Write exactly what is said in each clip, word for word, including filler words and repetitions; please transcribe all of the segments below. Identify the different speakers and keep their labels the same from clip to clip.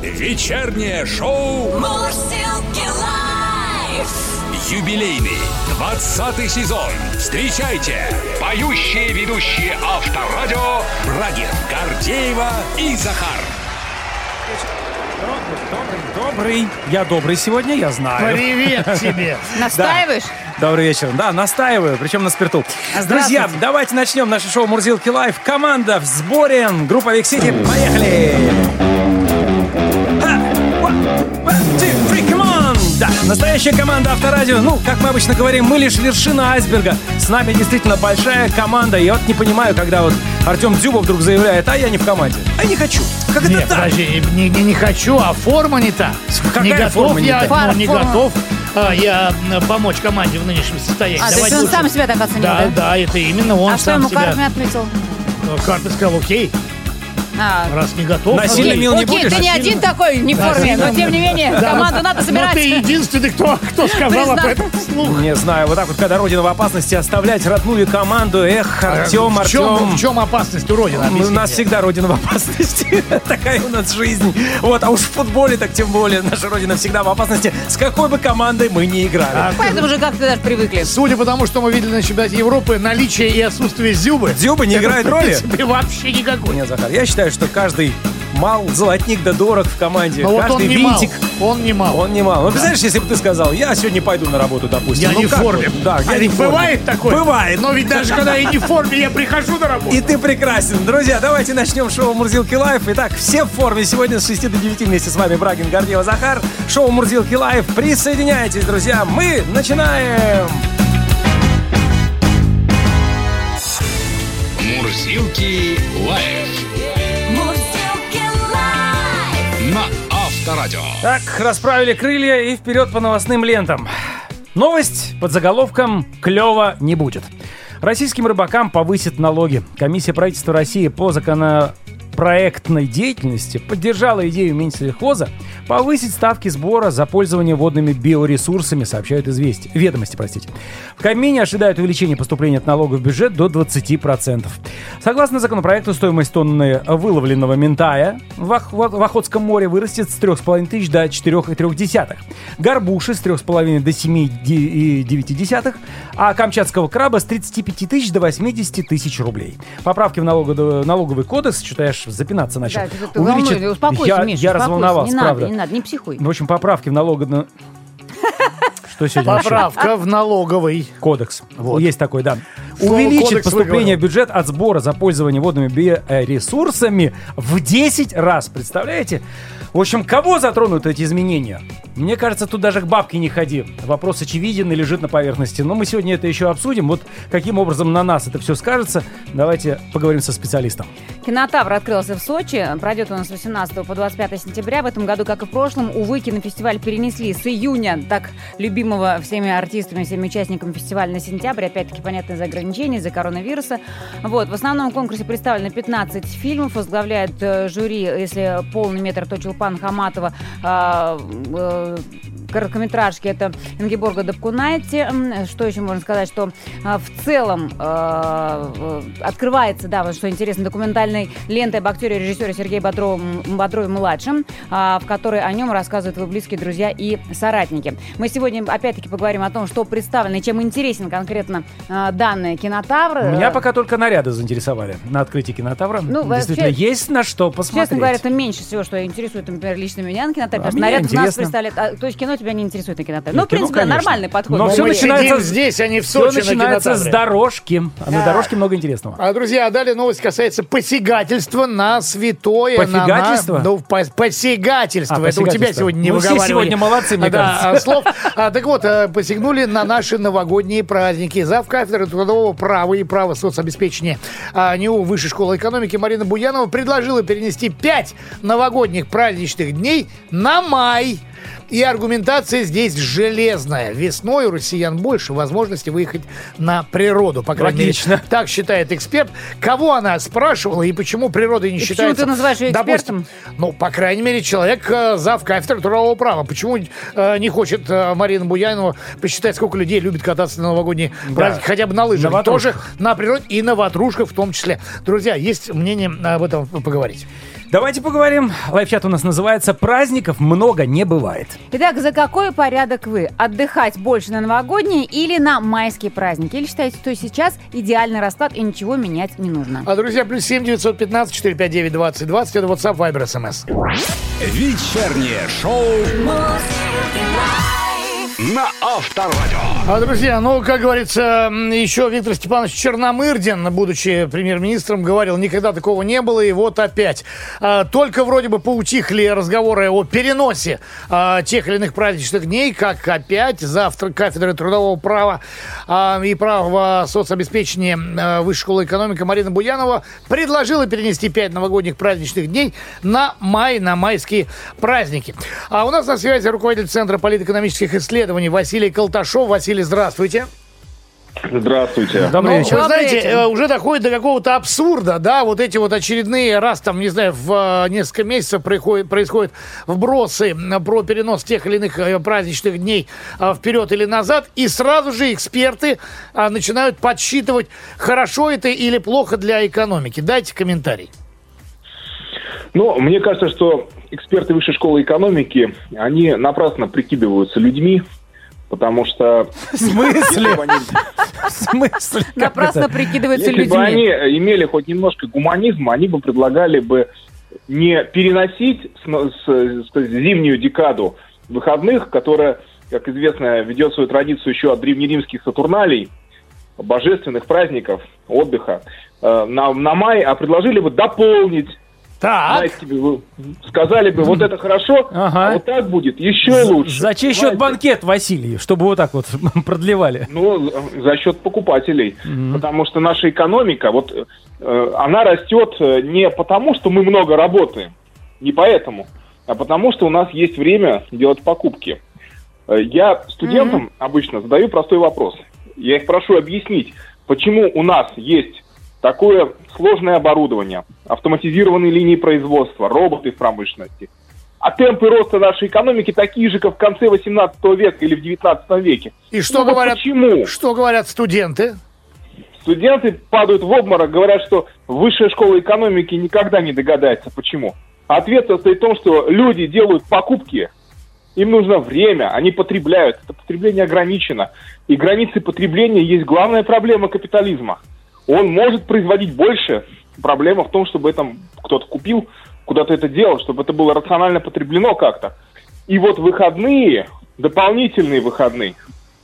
Speaker 1: Вечернее шоу
Speaker 2: Мурзилки лайф.
Speaker 1: Юбилейный двадцатый сезон. Встречайте, поющие ведущие Авторадио Брагин, Гордеева и Захар.
Speaker 3: Добрый, добрый. Я добрый сегодня, я знаю.
Speaker 4: Привет тебе.
Speaker 5: Настаиваешь?
Speaker 3: Добрый вечер. Да, настаиваю, причем на спирту. Друзья, давайте начнем наше шоу «Мурзилки лайф». Команда в сборе. Группа Big City. Поехали! Да, настоящая команда Авторадио. Ну, как мы обычно говорим, мы лишь вершина айсберга. С нами действительно большая команда. Я вот не понимаю, когда вот Артем Дзюба вдруг заявляет: а я не в команде. А не хочу. Как
Speaker 4: Нет,
Speaker 3: это так?
Speaker 4: подожди, не, не, не хочу, а форма не та.
Speaker 3: Какая
Speaker 4: не готов
Speaker 3: форма не
Speaker 4: я,
Speaker 3: та?
Speaker 4: ну, не
Speaker 5: Форма.
Speaker 4: готов а, я помочь команде в нынешнем состоянии.
Speaker 5: А, то
Speaker 4: Давайте
Speaker 5: есть он
Speaker 4: лучше-
Speaker 5: сам себя так оценил,
Speaker 4: Да,
Speaker 5: да?
Speaker 4: да, это именно он
Speaker 5: А что
Speaker 4: сам
Speaker 5: ему
Speaker 4: себя.
Speaker 5: Карпин ответил?
Speaker 4: Карпин сказал: окей,
Speaker 5: А,
Speaker 4: раз не готов.
Speaker 3: Насильно
Speaker 5: окей,
Speaker 3: мил не
Speaker 5: окей,
Speaker 3: будешь?
Speaker 5: ты не один такой не в форме, но тем не менее,
Speaker 4: Да,
Speaker 5: команду
Speaker 4: но-
Speaker 5: надо
Speaker 4: но
Speaker 5: собирать.
Speaker 4: ты единственный, кто, кто сказал об
Speaker 5: Признал.
Speaker 4: этом вслух.
Speaker 3: Не знаю, вот так вот, когда Родина в опасности, оставлять родную команду. Эх, Артем,
Speaker 4: в, чем,
Speaker 3: Артем.
Speaker 4: в чем опасность у Родины?
Speaker 3: У
Speaker 4: Объясни
Speaker 3: нас
Speaker 4: мне.
Speaker 3: всегда Родина в опасности. Такая у нас жизнь. Вот, а уж в футболе так тем более. Наша Родина всегда в опасности. С какой бы командой мы ни играли.
Speaker 4: А,
Speaker 5: Поэтому же как-то даже привыкли.
Speaker 4: Судя по тому, что мы видели на чемпионате Европы, наличие и отсутствие Зюбы.
Speaker 3: Дзюба не играет
Speaker 4: в
Speaker 3: роли?
Speaker 4: принципе, вообще никакой.
Speaker 3: Нет, Захар, я считаю, что каждый мал, золотник да дорог в команде.
Speaker 4: Но вот он
Speaker 3: Каждый
Speaker 4: не мал.
Speaker 3: винтик.
Speaker 4: Он не мал.
Speaker 3: Он не мал. Ну, представляешь, если бы ты сказал: я сегодня пойду на работу, допустим.
Speaker 4: Я
Speaker 3: Ну,
Speaker 4: не в
Speaker 3: как
Speaker 4: форме.
Speaker 3: вот? Да, я
Speaker 4: А
Speaker 3: не
Speaker 4: ведь
Speaker 3: в форме.
Speaker 4: бывает такое?
Speaker 3: Бывает.
Speaker 4: Но ведь даже когда я не в форме, я прихожу на работу.
Speaker 3: И ты прекрасен. Друзья, давайте начнем шоу «Мурзилки лайф». Итак, все в форме. Сегодня с шести до девяти вместе с вами Брагин, Гордеева, Захар. Шоу «Мурзилки лайф». Присоединяйтесь, друзья. Мы начинаем.
Speaker 1: Мурзилки лайф
Speaker 2: Мурзилки лайф.
Speaker 1: на Авторадио.
Speaker 3: Так, расправили крылья и вперед по новостным лентам. Новость под заголовком «Клёво не будет». Российским рыбакам повысят налоги. Комиссия правительства России по законопроектной деятельности поддержала идею Минсельхоза повысить ставки сбора за пользование водными биоресурсами, сообщают известия, ведомости. Простите. В Кабмине ожидают увеличения поступления от налога в бюджет до двадцати процентов. Согласно законопроекту, стоимость тонны выловленного минтая в, Ох- в Охотском море вырастет с трёх с половиной тысяч до четырёх и трёх десятых. Горбуши с трёх с половиной до семи и девяти десятых, а камчатского краба с тридцати пяти тысяч до восьмидесяти тысяч рублей. Поправки в налого- налоговый кодекс, что-то запинаться начал.
Speaker 5: Да, ты, ты волнуй, успокойся,
Speaker 3: я,
Speaker 5: Миша,
Speaker 3: я
Speaker 5: успокойся.
Speaker 3: разволновался,
Speaker 5: Не
Speaker 3: правда.
Speaker 5: надо, не надо, не психуй.
Speaker 3: В общем, поправки в налоговый... Что сегодня вообще?
Speaker 4: Поправка в налоговый.
Speaker 3: Кодекс.
Speaker 4: Вот.
Speaker 3: Есть такой, да.
Speaker 4: Слово
Speaker 3: Увеличит
Speaker 4: «кодекс»
Speaker 3: поступление в
Speaker 4: выговорил.
Speaker 3: бюджет от сбора за пользование водными биоресурсами в десять раз. Представляете? В общем, кого затронут эти изменения? Мне кажется, тут даже к бабке не ходи. Вопрос очевиден и лежит на поверхности. Но мы сегодня это еще обсудим. Вот каким образом на нас это все скажется. Давайте поговорим со специалистом.
Speaker 5: Кинотавр открылся в Сочи. Пройдет он с восемнадцатого по двадцать пятое сентября. В этом году, как и в прошлом, увы, кинофестиваль перенесли с июня, так любимого всеми артистами, всеми участниками фестиваля, на сентябрь. Опять-таки, понятно, из-за ограничений, из-за коронавируса. Вот. В основном конкурсе представлено пятнадцать фильмов. Возглавляет э, жюри, если полный метр, то Чулпан Хаматова. Э, э, короткометражки — это Ингеборга Дапкунайте. М, Что еще можно сказать? Что э, в целом э, э, открывается, да, вот что интересно, документальной лентой об актере и режиссере Сергее Бодровом, Бодрове-младшем, э, в которой о нем рассказывают его близкие друзья и соратники. Мы сегодня опять-таки поговорим о том, что представлено и чем интересен конкретно э, данный кинотавр.
Speaker 3: Меня пока только наряды заинтересовали на открытии кинотавра.
Speaker 5: Ну,
Speaker 3: Действительно,
Speaker 5: вообще,
Speaker 3: есть на что посмотреть.
Speaker 5: Честно говоря, это меньше всего, что интересует, например, лично меня на кинотавре.
Speaker 3: А
Speaker 5: Потому что
Speaker 3: меня
Speaker 5: наряд нас
Speaker 3: интересно.
Speaker 5: представляет... а, то есть кино тебя не интересует на кинотавре.
Speaker 3: Ну,
Speaker 5: Ну, в принципе,
Speaker 3: кино,
Speaker 5: да,
Speaker 3: конечно.
Speaker 5: нормальный подход.
Speaker 3: Но
Speaker 4: Но
Speaker 3: все
Speaker 4: мы
Speaker 3: начинается
Speaker 4: сидим здесь, а не в
Speaker 3: Все
Speaker 4: Сочи на
Speaker 3: начинается с
Speaker 4: кинотавре.
Speaker 3: дорожки. А на дорожке много интересного.
Speaker 4: А, друзья, далее новость касается посягательства на святое.
Speaker 3: Пофигательство?
Speaker 4: На, на, ну, по- посягательство.
Speaker 3: А,
Speaker 4: Это у тебя
Speaker 3: посягательство.
Speaker 4: сегодня не
Speaker 3: Мы все
Speaker 4: выговаривали.
Speaker 3: сегодня молодцы, мне
Speaker 4: А, да,
Speaker 3: кажется.
Speaker 4: а, слов. А, так вот, а, посягнули на наши новогодние праздники. Завкафедры трудового права и права соцобеспечения а, НИУ Высшей школы экономики Марина Буянова предложила перенести пять новогодних праздничных дней на май. И аргументация здесь железная. Весной у россиян больше возможности выехать на природу. По крайней
Speaker 3: Логично.
Speaker 4: мере, так считает эксперт. Кого она спрашивала и почему природа не
Speaker 5: И почему
Speaker 4: считается...
Speaker 5: ты называешь ее экспертом?
Speaker 4: Допустим, ну, по крайней мере, человек э, зав. Кафедры трудового права. Почему э, не хочет э, Марина Буянова посчитать, сколько людей любит кататься на новогодние
Speaker 3: Да.
Speaker 4: праздники, хотя бы на лыжах?
Speaker 3: На ватрушках.
Speaker 4: Тоже на природе и на ватрушках в том числе. Друзья, есть мнение об этом поговорить.
Speaker 3: Давайте поговорим. Лайфчат у нас называется «Праздников много не бывает».
Speaker 5: Итак, за какой порядок вы? Отдыхать больше на новогодние или на майские праздники? Или считаете, что сейчас идеальный расклад и ничего менять не нужно?
Speaker 4: А, друзья, плюс семь девятьсот пятнадцать четыреста пятьдесят девять двадцать двадцать. Это WhatsApp, Viber, эс эм эс.
Speaker 1: Вечернее шоу на Авторадио.
Speaker 4: А, друзья, ну, как говорится, еще Виктор Степанович Черномырдин, будучи премьер-министром, говорил, никогда такого не было, и вот опять. А, только вроде бы поутихли разговоры о переносе а, тех или иных праздничных дней, как опять завтра кафедры трудового права а, и права соцобеспечения а, Высшей школы экономики Марина Буянова предложила перенести пять новогодних праздничных дней на май, на майские праздники. А у нас на связи руководитель Центра политэкономических исследований Василий Колташов. Василий, здравствуйте.
Speaker 6: Здравствуйте.
Speaker 3: Добрый
Speaker 4: Ну,
Speaker 3: вечер.
Speaker 4: вы знаете,
Speaker 5: вечер.
Speaker 4: э, уже доходит до какого-то абсурда, да, вот эти вот очередные, раз там, не знаю, в э, несколько месяцев происходят, происходят вбросы э, про перенос тех или иных э, праздничных дней э, вперед или назад, и сразу же эксперты э, начинают подсчитывать, хорошо это или плохо для экономики. Дайте комментарий.
Speaker 6: Ну, мне кажется, что эксперты Высшей школы экономики, они напрасно прикидываются людьми, потому что...
Speaker 3: В смысле?
Speaker 6: Если бы они,
Speaker 3: В смысле? Как
Speaker 5: Напрасно
Speaker 3: это?
Speaker 5: прикидываются
Speaker 6: если бы
Speaker 5: людьми.
Speaker 6: они имели хоть немножко гуманизма, они бы предлагали бы не переносить с, с- с- зимнюю декаду выходных, которая, как известно, ведет свою традицию еще от древнеримских сатурналей, божественных праздников, отдыха, э, на, на май, а предложили бы дополнить.
Speaker 4: Так,
Speaker 6: Знаете, тебе вы сказали бы, вот это хорошо,
Speaker 3: Ага.
Speaker 6: а вот так будет еще лучше.
Speaker 3: За чей счет
Speaker 6: Понимаете?
Speaker 3: банкет, Василий, чтобы вот так вот продлевали?
Speaker 6: Ну, за- за счет покупателей. Потому что наша экономика, вот, э, она растет э, не потому, что мы много работаем, не поэтому, а потому, что у нас есть время делать покупки. Э, Я студентам обычно задаю простой вопрос. Я их прошу объяснить, почему у нас есть такое сложное оборудование, автоматизированные линии производства, роботы в промышленности. А темпы роста нашей экономики такие же, как в конце восемнадцатого века или в девятнадцатом веке.
Speaker 4: и что
Speaker 6: Ну вот
Speaker 4: говорят?
Speaker 6: почему?
Speaker 4: Что говорят студенты?
Speaker 6: Студенты падают в обморок, говорят, что высшая школа экономики никогда не догадается. Почему? Ответ состоит в том, что люди делают покупки, им нужно время, они потребляют. Это потребление ограничено. И границы потребления есть главная проблема капитализма. Он может производить больше. Проблема в том, чтобы это кто-то купил, куда-то это делал, чтобы это было рационально потреблено как-то. И вот выходные, дополнительные выходные,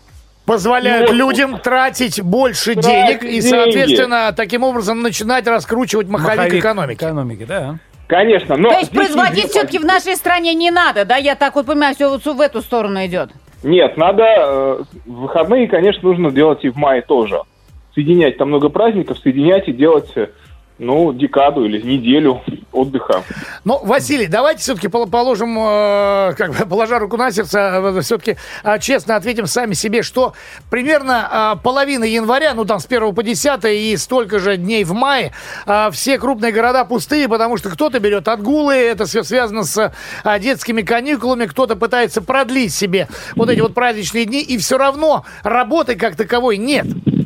Speaker 4: Позволяют
Speaker 6: Ну,
Speaker 4: людям тратить больше
Speaker 6: тратить
Speaker 4: денег и,
Speaker 6: деньги.
Speaker 4: соответственно, таким образом начинать раскручивать маховик экономики.
Speaker 3: Экономики, да.
Speaker 6: конечно. Но
Speaker 5: То есть
Speaker 6: здесь
Speaker 5: производить
Speaker 6: есть
Speaker 5: все-таки в нашей стране не надо, да? Я так вот понимаю, все вот в эту сторону идет.
Speaker 6: Нет, надо э, выходные, конечно, нужно делать и в мае тоже. Соединять, там много праздников, соединять и делать, э, ну, декаду или неделю отдыха.
Speaker 4: Ну, Василий, давайте все-таки положим, э, как бы, положа руку на сердце, все-таки честно ответим сами себе, что примерно э, половина января, ну, там, с первого по десятое и столько же дней в мае, э, все крупные города пустые, потому что кто-то берет отгулы, это все связано с э, детскими каникулами, кто-то пытается продлить себе вот эти вот праздничные дни, и все равно работы как таковой нет.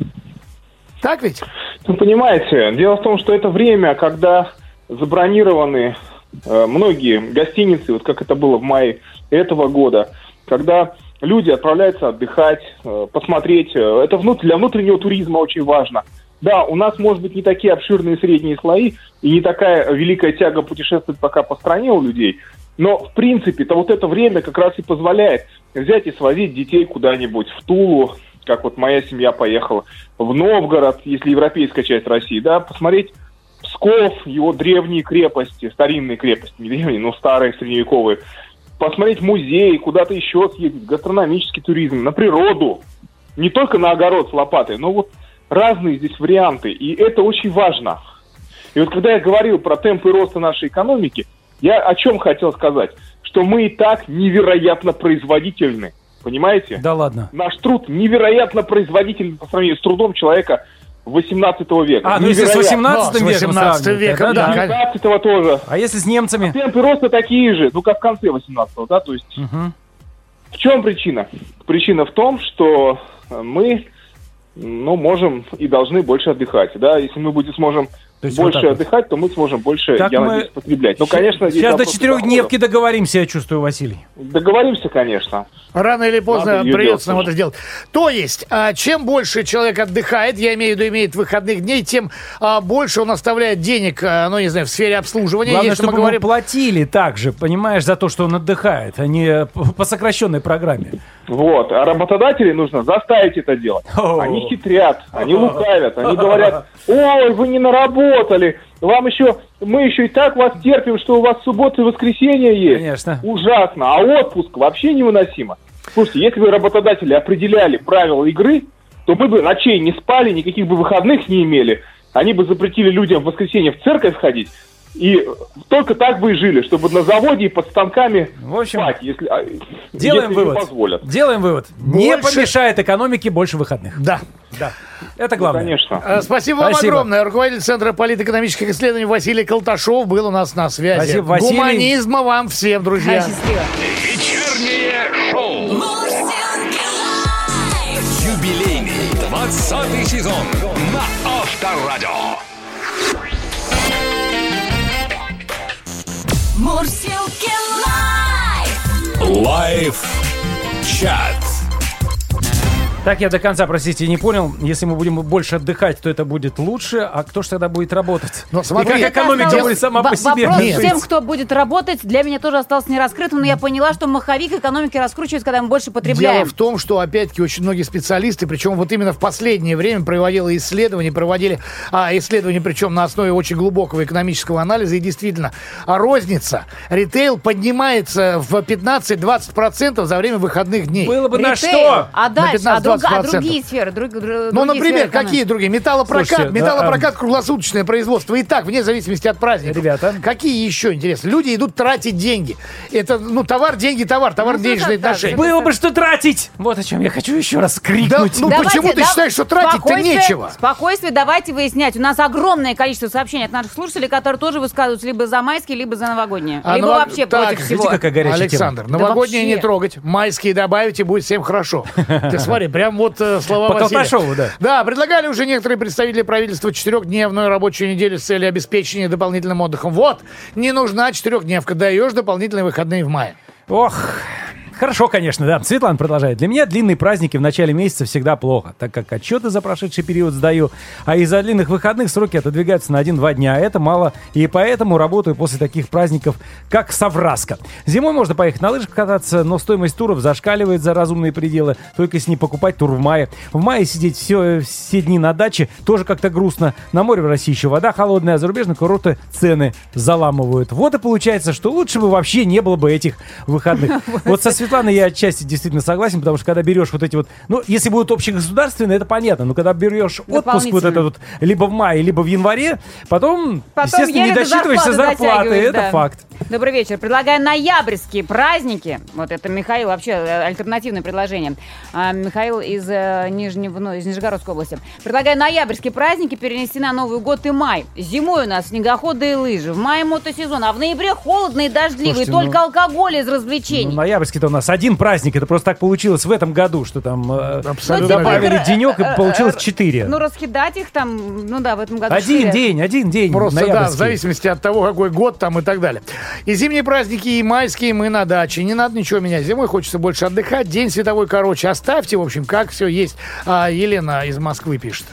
Speaker 4: Так ведь?
Speaker 6: Ну, понимаете, дело в том, что это время, когда забронированы э, многие гостиницы, вот как это было в мае этого года, когда люди отправляются отдыхать, э, посмотреть. Э, это внут- для внутреннего туризма очень важно. Да, у нас, может быть, не такие обширные средние слои и не такая великая тяга путешествовать пока по стране у людей, но, в принципе-то, вот это время как раз и позволяет взять и свозить детей куда-нибудь в Тулу, как вот моя семья поехала, в Новгород, если европейская часть России, да, посмотреть Псков, его древние крепости, старинные крепости, не древние, но старые, средневековые, посмотреть музей, куда-то еще съездить, гастрономический туризм, на природу, не только на огород с лопатой, но вот разные здесь варианты, и это очень важно. И вот когда я говорил про темпы роста нашей экономики, я о чем хотел сказать? Что мы и так невероятно производительны. Понимаете?
Speaker 3: Да ладно.
Speaker 6: Наш труд невероятно производительный по сравнению с трудом человека восемнадцатого века.
Speaker 3: А, ну если с
Speaker 6: Невероятно.
Speaker 3: восемнадцатым
Speaker 4: Ну, с
Speaker 3: веком
Speaker 4: восемнадцатым
Speaker 3: сравнивать,
Speaker 4: веком,
Speaker 3: тогда
Speaker 4: да,
Speaker 3: да.
Speaker 6: девятнадцатого тоже.
Speaker 3: А если с немцами?
Speaker 6: Темпы роста такие же, ну как в конце восемнадцатого, да, то есть
Speaker 3: Мгм.
Speaker 6: в чем причина? Причина в том, что мы, ну, можем и должны больше отдыхать, да, если мы будем, сможем
Speaker 3: То есть
Speaker 6: больше
Speaker 3: вот так вот.
Speaker 6: отдыхать, то мы сможем больше,
Speaker 3: Так
Speaker 6: я
Speaker 3: мы-
Speaker 6: надеюсь, потреблять. Ну, конечно, здесь
Speaker 3: Сейчас до
Speaker 6: вопрос
Speaker 3: четырехдневки
Speaker 6: доходов.
Speaker 3: договоримся, я чувствую, Василий.
Speaker 6: Договоримся, конечно.
Speaker 4: Рано или поздно
Speaker 6: Надо её
Speaker 4: придется нам
Speaker 6: делать
Speaker 4: это сделать. То есть, а, чем больше человек отдыхает, я имею в виду, имеет выходных дней, тем а, больше он оставляет денег, а, ну, не знаю, в сфере обслуживания.
Speaker 3: Главное,
Speaker 4: Если мы
Speaker 3: чтобы
Speaker 4: говорим...
Speaker 3: ему платили также, понимаешь, за то, что он отдыхает, а не по по сокращенной программе.
Speaker 6: Вот. А работодателей нужно заставить это делать.
Speaker 3: О.
Speaker 6: Они хитрят, они лукавят, они говорят: ой, вы не наработали, вам еще, мы еще и так вас терпим, что у вас суббота и воскресенье есть.
Speaker 3: Конечно.
Speaker 6: Ужасно. А отпуск вообще невыносимо. Слушайте, если бы работодатели определяли правила игры, то мы бы ночей не спали, никаких бы выходных не имели. Они бы запретили людям в воскресенье в церковь ходить. И только так бы и жили, чтобы на заводе и под станками
Speaker 3: В общем,
Speaker 6: спать, если, а,
Speaker 3: Делаем
Speaker 6: если не
Speaker 3: вывод.
Speaker 6: позволят.
Speaker 3: Делаем вывод. Не
Speaker 4: Больше-
Speaker 3: помешает экономике больше выходных.
Speaker 4: Да.
Speaker 3: Да. Это главное.
Speaker 6: Конечно.
Speaker 4: А, Спасибо вам
Speaker 3: Спасибо.
Speaker 4: огромное. Руководитель Центра политэкономических исследований Василий Колташов был у нас на связи.
Speaker 3: Спасибо, Василий.
Speaker 4: Гуманизма вам всем, друзья.
Speaker 5: Счастливо.
Speaker 1: Вечернее шоу.
Speaker 2: Мурзилки лайф.
Speaker 1: Юбилейный двадцатый сезон на Авторадио.
Speaker 2: Мурзилки лайф.
Speaker 1: Лайв чат.
Speaker 3: Так, я до конца, простите, не понял. Если мы будем больше отдыхать, то это будет лучше. А кто же тогда будет работать?
Speaker 4: Ну, смотри,
Speaker 3: И как
Speaker 4: это
Speaker 3: экономика
Speaker 5: осталось-
Speaker 3: будет сама
Speaker 5: Во-
Speaker 3: по себе?
Speaker 5: Вопрос
Speaker 4: Нет.
Speaker 5: тем, кто будет работать, для меня тоже остался не раскрытым, но я поняла, что маховик экономики раскручивается, когда мы больше
Speaker 4: Дело
Speaker 5: потребляем.
Speaker 4: в том, что, опять-таки, очень многие специалисты, причем вот именно в последнее время проводили исследования, проводили а, исследования, причем на основе очень глубокого экономического анализа, и действительно, а розница, ритейл поднимается в пятнадцать-двадцать процентов за время выходных дней.
Speaker 3: Было бы на
Speaker 5: Ритейл.
Speaker 3: что?
Speaker 5: А дальше, а, друга- а
Speaker 4: пятнадцать-двадцать
Speaker 5: другие сферы? Друг, дру-
Speaker 4: Ну,
Speaker 5: другие
Speaker 4: например,
Speaker 5: сферы экономики?
Speaker 4: какие другие? Металлопрокат,
Speaker 3: Слушайте, да,
Speaker 4: металлопрокат, круглосуточное производство. И так, вне зависимости от праздника.
Speaker 3: Ребята.
Speaker 4: Какие еще интересно? Люди идут тратить деньги. Это, ну, товар, деньги, товар, товар,
Speaker 5: Ну,
Speaker 4: денежные
Speaker 5: да, да,
Speaker 4: отношения.
Speaker 5: да.
Speaker 3: Было бы что тратить! Вот о чем я хочу еще раз
Speaker 4: Да,
Speaker 3: крикнуть.
Speaker 4: ну
Speaker 5: Давайте,
Speaker 4: почему ты
Speaker 5: да-
Speaker 4: считаешь, что тратить-то
Speaker 5: спокойствие,
Speaker 4: нечего?
Speaker 5: Спокойствие, давайте выяснять. У нас огромное количество сообщений от наших слушателей, которые тоже высказываются либо за майские, либо за новогодние.
Speaker 4: А
Speaker 5: либо
Speaker 4: ново-
Speaker 5: вообще
Speaker 4: так,
Speaker 5: против всего.
Speaker 3: Видите, какая горячая
Speaker 4: Александр,
Speaker 3: тема.
Speaker 4: новогодние
Speaker 5: Да
Speaker 4: не
Speaker 5: вообще.
Speaker 4: трогать, майские добавить, и будет всем хорошо. Ты смотри, прям вот э, слова
Speaker 3: По
Speaker 4: Василия.
Speaker 3: Колташову, да.
Speaker 4: Да, предлагали уже некоторые представители правительства четырехдневную рабочую неделю с целью обеспечения дополнительным отдыхом. Вот, не нужна четырехдневка, даешь дополнительные выходные в мае.
Speaker 3: Ох, хорошо, конечно, да. Светлана продолжает. Для меня длинные праздники в начале месяца всегда плохо, так как отчеты за прошедший период сдаю, а из-за длинных выходных сроки отодвигаются на один-два дня, а это мало, и поэтому работаю после таких праздников, как Савраска. Зимой можно поехать на лыжах кататься, но стоимость туров зашкаливает за разумные пределы, только если не покупать тур в мае. В мае сидеть все, все дни на даче тоже как-то грустно. На море в России еще вода холодная, а зарубежные курорты цены заламывают. Вот и получается, что лучше бы вообще не было бы этих выходных. Вот со Светланой я отчасти действительно согласен, потому что когда берешь вот эти вот, ну, если будут общегосударственные, это понятно, но когда берешь отпуск вот
Speaker 5: Дополнительно.
Speaker 3: этот вот либо в мае, либо в январе, потом,
Speaker 5: Потом
Speaker 3: естественно, не
Speaker 5: еле до
Speaker 3: досчитываешься
Speaker 5: зарплаты
Speaker 3: зарплаты,
Speaker 5: дотягиваешь,
Speaker 3: это
Speaker 5: да.
Speaker 3: факт.
Speaker 5: Добрый вечер. Предлагаю ноябрьские праздники. Вот это Михаил, вообще э, альтернативное предложение. А, Михаил из, э, Нижнего, ну, из Нижегородской области. Предлагаю ноябрьские праздники перенести на Новый год и май. Зимой у нас снегоходы и лыжи. В мае мотосезон, а в ноябре холодно и дождливо.
Speaker 3: Слушайте,
Speaker 5: и только
Speaker 3: ну,
Speaker 5: алкоголь из
Speaker 3: Ну,
Speaker 5: развлечений.
Speaker 3: ноябрьский-то у нас один праздник, это просто так получилось в этом году, что там э,
Speaker 4: Абсолютно
Speaker 3: добавили
Speaker 5: верно.
Speaker 3: денек, и
Speaker 5: Э,
Speaker 3: получилось
Speaker 5: э,
Speaker 3: четыре.
Speaker 5: Ну, раскидать их там, ну да, в этом году
Speaker 3: Один
Speaker 5: четыре.
Speaker 3: день, один день.
Speaker 4: Просто, да, в
Speaker 3: ноябрьский.
Speaker 4: зависимости от того, какой год там и так далее. И зимние праздники, и майские мы на даче. Не надо ничего менять. Зимой хочется больше отдыхать. День световой короче. Оставьте, в общем, как все есть. А Елена из Москвы пишет.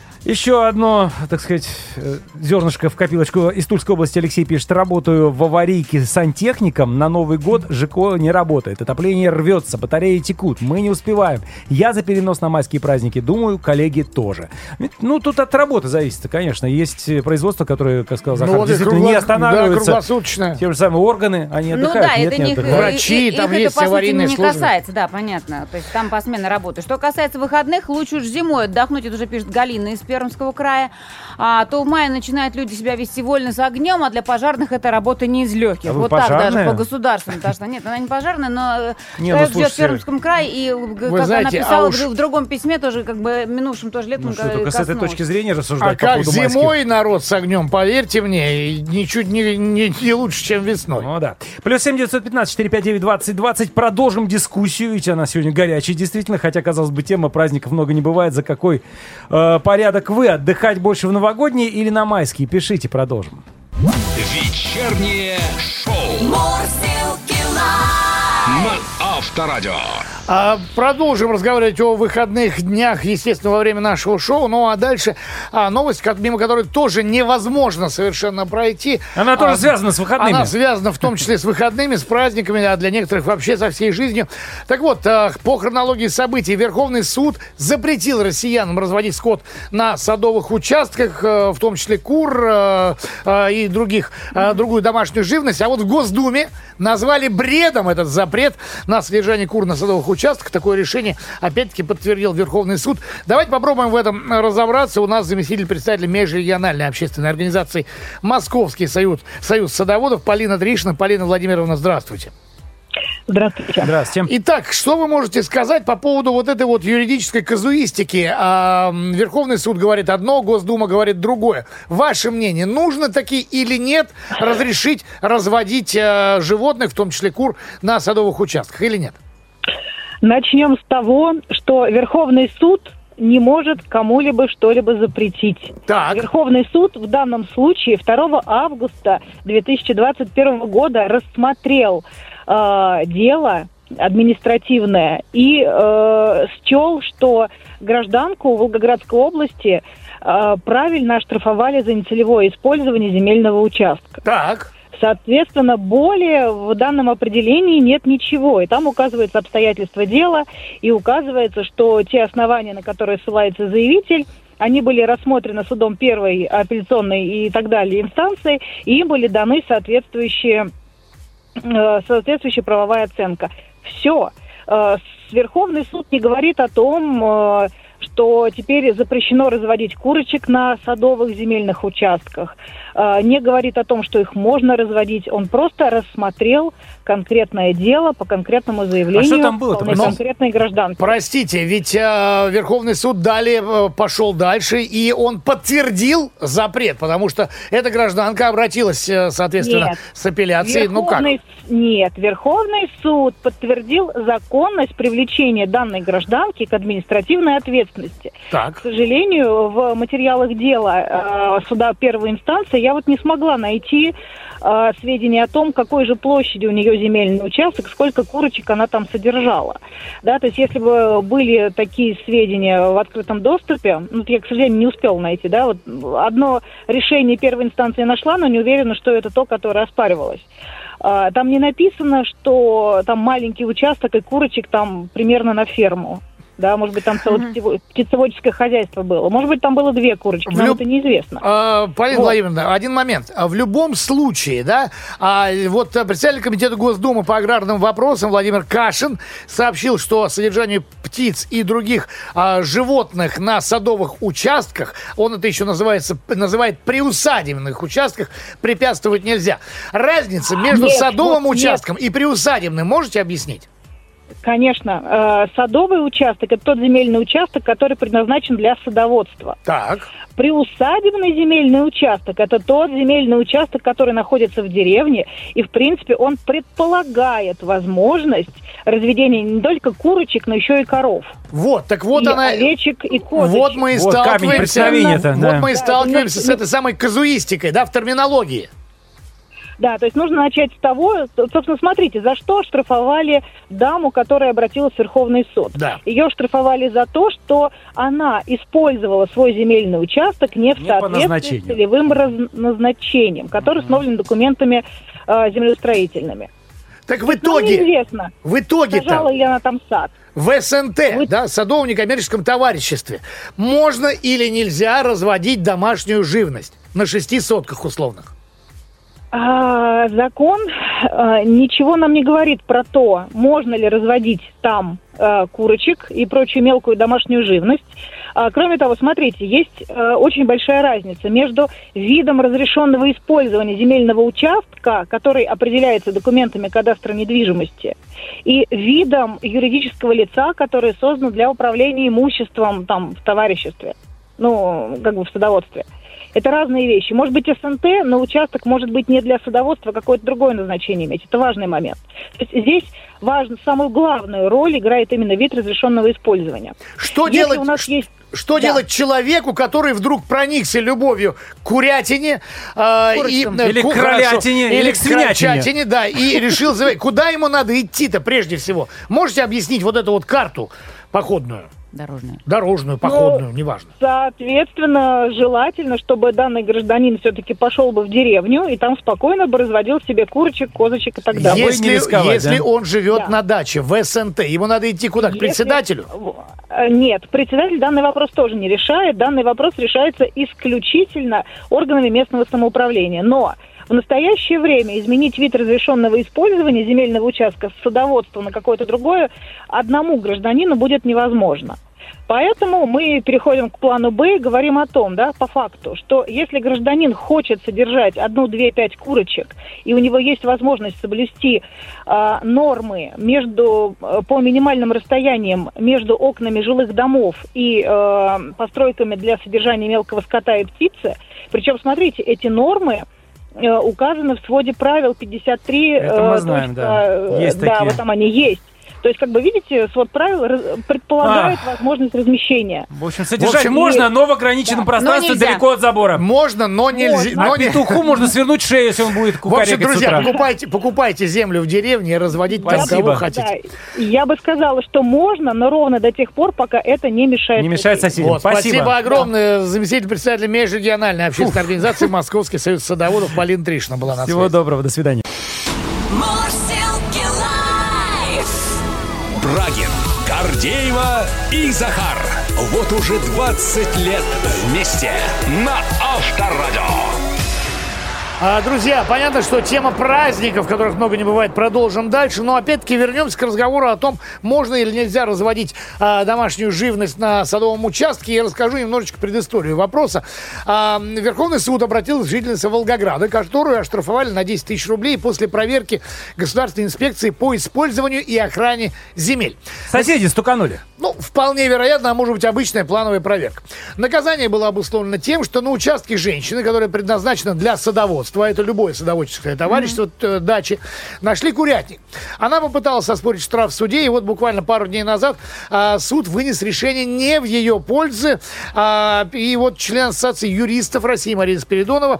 Speaker 3: Еще одно, так сказать, э, зернышко в копилочку. Из Тульской области Алексей пишет: работаю в аварийке сантехником. На Новый год ЖКО не работает. Отопление рвется, батареи текут. Мы не успеваем. Я за перенос на майские праздники. Думаю, коллеги тоже. Ведь, ну, тут от работы зависит, конечно. Есть э, производства, которые, как сказал Захар,
Speaker 4: Ну, вот и
Speaker 3: действительно
Speaker 4: кругло-
Speaker 3: не
Speaker 4: Да,
Speaker 3: останавливаются.
Speaker 4: круглосуточное.
Speaker 3: Те же самые органы, они
Speaker 5: Ну
Speaker 3: отдыхают.
Speaker 5: да,
Speaker 3: нет,
Speaker 5: это
Speaker 3: не
Speaker 5: не
Speaker 3: отдыхают.
Speaker 4: Врачи,
Speaker 5: их
Speaker 4: там
Speaker 5: это,
Speaker 4: есть
Speaker 5: по сути,
Speaker 4: аварийные
Speaker 5: не
Speaker 4: службы.
Speaker 5: касается, да, понятно. То есть там посменно работают. Что касается выходных, лучше уж зимой отдохнуть. Это уже пишет Галина из Пермского края. А то в мае начинают люди себя вести вольно с огнем, а для пожарных это работа не из легких.
Speaker 3: А вы
Speaker 5: вот так
Speaker 3: пожарная?
Speaker 5: даже по государственному. Потому что нет, она не пожарная, но э,
Speaker 3: Не,
Speaker 5: человек
Speaker 3: ну,
Speaker 5: живет в
Speaker 3: слушайте,
Speaker 5: Пермском крае, и г- как
Speaker 4: знаете,
Speaker 5: она писала
Speaker 4: а уж-
Speaker 5: в, в другом письме, тоже как бы минувшим тоже летом
Speaker 3: Ну что,
Speaker 5: ко-
Speaker 3: только с этой
Speaker 5: коснулась.
Speaker 3: точки зрения
Speaker 4: А
Speaker 3: рассуждать по
Speaker 4: как
Speaker 3: поводу майских.
Speaker 4: зимой народ с огнем, поверьте мне, и ничуть не, не, не лучше, чем весной.
Speaker 3: Ну да. Плюс семь девятьсот пятнадцать четыре пять девять двадцать двадцать. Продолжим дискуссию, ведь она сегодня горячая, действительно. Хотя, казалось бы, тема праздников много не бывает. За какой э, порядок как вы, отдыхать больше в новогодние или на майские? Пишите, продолжим.
Speaker 1: Вечернее шоу
Speaker 2: Мурзилки лайф.
Speaker 1: на Авторадио.
Speaker 4: А, продолжим разговаривать о выходных днях, естественно, во время нашего шоу. Ну а дальше а, новость, как- мимо которой тоже невозможно совершенно пройти.
Speaker 3: Она тоже
Speaker 4: А,
Speaker 3: связана с выходными.
Speaker 4: Она связана в том числе с выходными, с праздниками, а для некоторых вообще со всей жизнью. Так вот, а, по хронологии событий, Верховный суд запретил россиянам разводить скот на садовых участках, а, в том числе кур а, а, и других, а, другую домашнюю живность. А вот в Госдуме назвали бредом этот запрет на содержание кур на садовых участках. Такое решение, опять-таки, подтвердил Верховный суд. Давайте попробуем в этом разобраться. У нас заместитель председателя межрегиональной общественной организации «Московский союз, союз садоводов» Полина Тришина. Полина Владимировна, здравствуйте.
Speaker 7: Здравствуйте.
Speaker 3: Здравствуйте.
Speaker 4: Итак, что вы можете сказать по поводу вот этой вот юридической казуистики? А, Верховный суд говорит одно, Госдума говорит другое. Ваше мнение, нужно таки или нет разрешить разводить а, животных, в том числе кур, на садовых участках или нет?
Speaker 7: Начнем с того, что Верховный суд не может кому-либо что-либо запретить.
Speaker 4: Так.
Speaker 7: Верховный суд в данном случае второго августа две тысячи двадцать первого года рассмотрел э, дело административное и э, счел, что гражданку Волгоградской области э, правильно оштрафовали за нецелевое использование земельного участка.
Speaker 4: Так.
Speaker 7: Соответственно, более в данном определении нет ничего. И там указывается обстоятельства дела, и указывается, что те основания, на которые ссылается заявитель, они были рассмотрены судом первой апелляционной и так далее инстанции, и им были даны соответствующие, э, соответствующая правовая оценка. Все. Э, Верховный суд не говорит о том, э, что теперь запрещено разводить курочек на садовых земельных участках, э, не говорит о том, что их можно разводить. Он просто рассмотрел конкретное дело по конкретному заявлению.
Speaker 3: А что там было-то,
Speaker 7: вполне
Speaker 3: простите?
Speaker 7: конкретной гражданки.
Speaker 4: Простите, ведь э, Верховный суд далее э, пошел дальше, и он подтвердил запрет, потому что эта гражданка обратилась, э, соответственно,
Speaker 7: Нет.
Speaker 4: с апелляцией. Ну как?
Speaker 7: Верховный, нет, Верховный суд подтвердил законность привлечения данной гражданки к административной ответственности.
Speaker 4: Так.
Speaker 7: К сожалению, в материалах дела э, суда первой инстанции я вот не смогла найти э, сведения о том, какой же площади у нее земельный участок, сколько курочек она там содержала. Да, то есть если бы были такие сведения в открытом доступе, ну, я, к сожалению, не успела найти, да, вот одно решение первой инстанции нашла, но не уверена, что это то, которое оспаривалось. Э, там не написано, что там маленький участок и курочек там примерно на ферму. Да, может быть, там целое uh-huh. птицеводческое хозяйство было. Может быть, там было две курочки,
Speaker 4: В
Speaker 7: нам
Speaker 4: люб-
Speaker 7: это неизвестно.
Speaker 4: А, Полина
Speaker 7: Вот.
Speaker 4: Владимировна, один момент. А В любом случае, да, а, вот а, председатель комитета Госдумы по аграрным вопросам Владимир Кашин сообщил, что содержанию птиц и других а, животных на садовых участках, он это еще называется, называет приусадебных участках, препятствовать нельзя. Разница между
Speaker 7: Нет,
Speaker 4: садовым
Speaker 7: вот нет.
Speaker 4: участком и приусадебным можете объяснить?
Speaker 7: Конечно, э, садовый участок – это тот земельный участок, который предназначен для садоводства.
Speaker 4: Так.
Speaker 7: Приусадебный земельный участок – это тот земельный участок, который находится в деревне, и, в принципе, он предполагает возможность разведения не только курочек, но еще и коров.
Speaker 4: Вот, так вот
Speaker 7: и
Speaker 4: она...
Speaker 7: овечек, и козочек.
Speaker 4: Вот мы и
Speaker 3: Вот камень
Speaker 4: сталкиваемся,
Speaker 3: преткновения-то,
Speaker 4: вот
Speaker 3: да.
Speaker 4: мы и
Speaker 7: Да,
Speaker 4: сталкиваемся
Speaker 7: ну,
Speaker 4: с этой самой казуистикой, да, в терминологии.
Speaker 7: Да, то есть нужно начать с того, собственно, смотрите, за что штрафовали даму, которая обратилась в Верховный суд.
Speaker 4: Да.
Speaker 7: Ее штрафовали за то, что она использовала свой земельный участок не в
Speaker 3: Не по
Speaker 7: соответствии с
Speaker 3: назначению.
Speaker 7: целевым раз- назначением, который установлен документами э, землеустроительными.
Speaker 4: Так в
Speaker 7: Нам
Speaker 4: итоге,
Speaker 7: неизвестно,
Speaker 4: в итоге-то,
Speaker 7: сажала ли она там сад.
Speaker 4: в эс эн тэ,
Speaker 7: Вы-
Speaker 4: да, садовом-некоммерческом товариществе, можно или нельзя разводить домашнюю живность на шести сотках условных?
Speaker 7: А, закон а, ничего нам не говорит про то, можно ли разводить там а, курочек и прочую мелкую домашнюю живность. А, кроме того, смотрите, есть а, очень большая разница между видом разрешенного использования земельного участка, который определяется документами кадастра недвижимости, и видом юридического лица, который создан для управления имуществом там, в товариществе, ну, как бы в садоводстве. Это разные вещи. Может быть, эс эн тэ, но участок может быть не для садоводства, а какое-то другое назначение иметь. Это важный момент. То есть здесь важно, самую главную роль играет именно вид разрешенного использования.
Speaker 4: Что
Speaker 7: Если
Speaker 4: делать,
Speaker 7: у нас
Speaker 4: ш-
Speaker 7: есть...
Speaker 4: что
Speaker 7: Да.
Speaker 4: делать человеку, который вдруг проникся любовью к курятине, э, и,
Speaker 5: Курочкам.
Speaker 4: э,
Speaker 3: Или
Speaker 4: ку-
Speaker 3: к кролятине,
Speaker 4: хорошо,
Speaker 3: или к свинятине.
Speaker 4: крольчатине, да, и решил завоевать. Куда ему надо идти-то прежде всего? Можете объяснить вот эту вот карту походную?
Speaker 5: Дорожная.
Speaker 4: Дорожную, походную, неважно.
Speaker 7: Соответственно, желательно, чтобы данный гражданин все-таки пошел бы в деревню и там спокойно бы разводил себе курочек, козочек и так далее.
Speaker 3: Есть- не
Speaker 4: Если,
Speaker 3: рисковать,
Speaker 4: если
Speaker 3: да?
Speaker 4: он живет
Speaker 7: Да.
Speaker 4: на даче в СНТ, ему надо идти куда? К
Speaker 7: Если-
Speaker 4: председателю?
Speaker 7: Э, Нет, председатель данный вопрос тоже не решает. Данный вопрос решается исключительно органами местного самоуправления. Но в настоящее время изменить вид разрешенного использования земельного участка с садоводства на какое-то другое одному гражданину будет невозможно. Поэтому мы переходим к плану Б и говорим о том, да, по факту, что если гражданин хочет содержать одну, две, пять курочек, и у него есть возможность соблюсти э, нормы между, э, по минимальным расстояниям между окнами жилых домов и э, постройками для содержания мелкого скота и птицы, причем, смотрите, эти нормы э, указаны в своде правил пятьдесят три.
Speaker 3: Это мы
Speaker 7: э,
Speaker 3: знаем,
Speaker 7: точка,
Speaker 3: да.
Speaker 7: э,
Speaker 3: Есть
Speaker 7: да,
Speaker 3: такие.
Speaker 7: вот там они есть. То есть, как бы, видите, свод правил раз- предполагает возможность размещения.
Speaker 3: В общем, содержать
Speaker 4: В общем,
Speaker 3: можно,
Speaker 7: есть.
Speaker 3: но в ограниченном
Speaker 7: Да.
Speaker 3: пространстве
Speaker 5: Но нельзя.
Speaker 3: далеко от забора.
Speaker 4: Можно, но нельзя.
Speaker 7: Можно.
Speaker 4: но
Speaker 3: А
Speaker 4: не-
Speaker 3: петуху можно свернуть шею, если он будет
Speaker 4: В общем,
Speaker 3: кукарекать с
Speaker 4: друзья,
Speaker 3: утра.
Speaker 4: покупайте, покупайте землю в деревне и разводите там
Speaker 3: Спасибо.
Speaker 4: кого хотите.
Speaker 7: Да, я бы сказала, что можно, но ровно до тех пор, пока это не мешает.
Speaker 3: Не мешает
Speaker 7: соседям.
Speaker 3: соседям.
Speaker 4: Вот, спасибо.
Speaker 3: Спасибо.
Speaker 4: огромное. Заместитель председателя межрегиональной общественной организации Московский союз садоводов Полина Тришина была на
Speaker 3: Всего
Speaker 4: связи.
Speaker 3: доброго, до свидания.
Speaker 2: Мурзилки лайф.
Speaker 1: Брагин, Гордеева и Захар. Вот уже двадцать лет вместе на Авторадио.
Speaker 4: А, друзья, понятно, что тема праздников, которых много не бывает, продолжим дальше. Но опять-таки вернемся к разговору о том, можно или нельзя разводить а, домашнюю живность на садовом участке. Я расскажу немножечко предысторию вопроса. А, Верховный суд обратился к жительнице Волгограда, которую оштрафовали на десять тысяч рублей после проверки Государственной инспекции по использованию и охране земель.
Speaker 3: Соседи стуканули.
Speaker 4: Ну, вполне вероятно, а может быть обычная плановая проверка. Наказание было обусловлено тем, что на участке женщины, которая предназначена для садоводства, а это любое садоводческое товарищество, mm-hmm. дачи, нашли курятник. Она попыталась оспорить штраф в суде, и вот буквально пару дней назад а, суд вынес решение не в ее пользу. А, и вот член Ассоциации юристов России Марина Спиридонова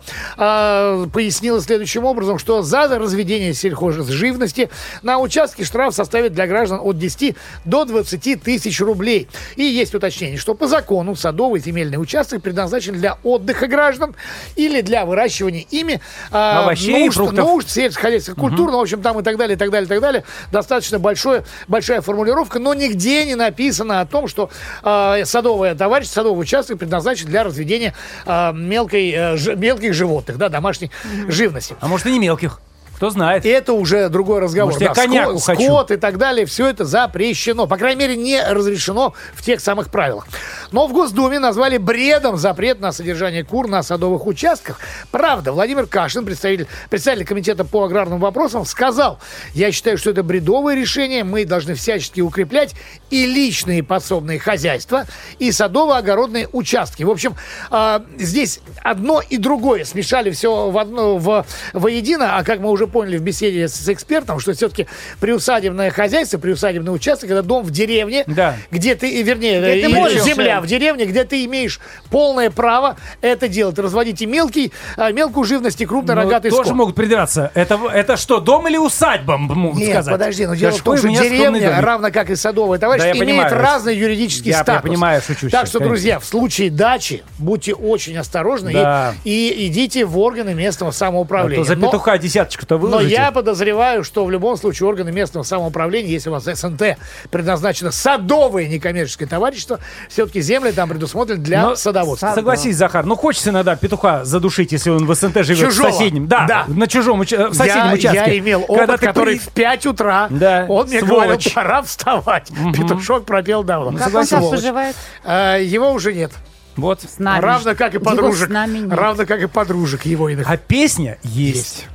Speaker 4: а, пояснила следующим образом, что за разведение сельхозживности на участке штраф составит для граждан от десяти до двадцати тысяч рублей. И есть уточнение, что по закону садовый земельный участок предназначен для отдыха граждан или для выращивания ими а,
Speaker 3: овощей и
Speaker 4: нужд,
Speaker 3: фруктов.
Speaker 4: нужд сельскохозяйственных культур, ну, в общем, там и так далее, и так далее, и так далее. Достаточно большое, большая формулировка, но нигде не написано о том, что а, садовое товарищество, садовый участок предназначен для разведения а, мелкой, а, ж, мелких животных, да, домашней живности.
Speaker 3: А может и не мелких. Кто знает.
Speaker 4: И это уже другой разговор.
Speaker 3: Может, я
Speaker 4: Да,
Speaker 3: коньяку
Speaker 4: скот,
Speaker 3: хочу.
Speaker 4: скот и так далее, все это запрещено. По крайней мере, не разрешено в тех самых правилах. Но в Госдуме назвали бредом запрет на содержание кур на садовых участках. Правда, Владимир Кашин, представитель, представитель комитета по аграрным вопросам, сказал: я считаю, что это бредовое решение. Мы должны всячески укреплять и личные подсобные хозяйства, и садово-огородные участки. В общем, э, здесь одно и другое смешали все в одно, в, воедино, а как мы уже поняли в беседе с экспертом, что все-таки приусадебное хозяйство, приусадебный участок, это дом в деревне,
Speaker 3: Да.
Speaker 4: где ты, вернее,
Speaker 5: Где ты
Speaker 4: и
Speaker 5: можешь.
Speaker 4: земля в деревне, где ты имеешь полное право это делать. Разводить и мелкий, а, мелкую живность, и
Speaker 3: Ну,
Speaker 4: крупно-рогатый
Speaker 3: тоже
Speaker 4: скот.
Speaker 3: могут придраться. Это, это что, дом или усадьба, могут
Speaker 4: Нет,
Speaker 3: сказать?
Speaker 4: подожди, но
Speaker 3: Да
Speaker 4: дело в том,
Speaker 3: какой
Speaker 4: что
Speaker 3: у меня скромный
Speaker 4: деревня,
Speaker 3: домик.
Speaker 4: равно как и садовое
Speaker 3: Да,
Speaker 4: товарищество,
Speaker 3: я
Speaker 4: имеет
Speaker 3: понимаю.
Speaker 4: разный юридический
Speaker 3: Я- я
Speaker 4: статус.
Speaker 3: понимаю, шучу
Speaker 4: Так
Speaker 3: сейчас,
Speaker 4: что,
Speaker 3: конечно.
Speaker 4: друзья, в случае дачи будьте очень осторожны
Speaker 3: Да.
Speaker 4: и, и идите в органы местного
Speaker 3: А
Speaker 4: самоуправления.
Speaker 3: то за
Speaker 4: Но-
Speaker 3: петуха десяточку-то
Speaker 4: Но
Speaker 3: выложите.
Speaker 4: я подозреваю, что в любом случае органы местного самоуправления, если у вас СНТ предназначено садовое некоммерческое товарищество, все-таки земли там предусмотрены для
Speaker 3: Но
Speaker 4: садоводства.
Speaker 3: Согласись, Захар, ну хочется иногда петуха задушить, если он в СНТ живет
Speaker 4: Чужого.
Speaker 3: в соседнем. Да,
Speaker 4: Да.
Speaker 3: на чужом уча- в соседнем
Speaker 4: я,
Speaker 3: участке.
Speaker 4: я имел опыт,
Speaker 3: Когда ты
Speaker 4: который
Speaker 3: при-
Speaker 4: в пять утра,
Speaker 3: Да,
Speaker 4: он мне
Speaker 3: сволочь.
Speaker 4: говорил, пора вставать. Петушок пропел давно.
Speaker 5: Как он
Speaker 4: Сволочь.
Speaker 5: сейчас поживает?
Speaker 4: А, его уже нет.
Speaker 3: Вот.
Speaker 5: С нами.
Speaker 4: Равно как и
Speaker 5: Его
Speaker 4: подружек.
Speaker 5: с нами нет.
Speaker 4: Равно как и подружек его иных.
Speaker 3: А песня есть.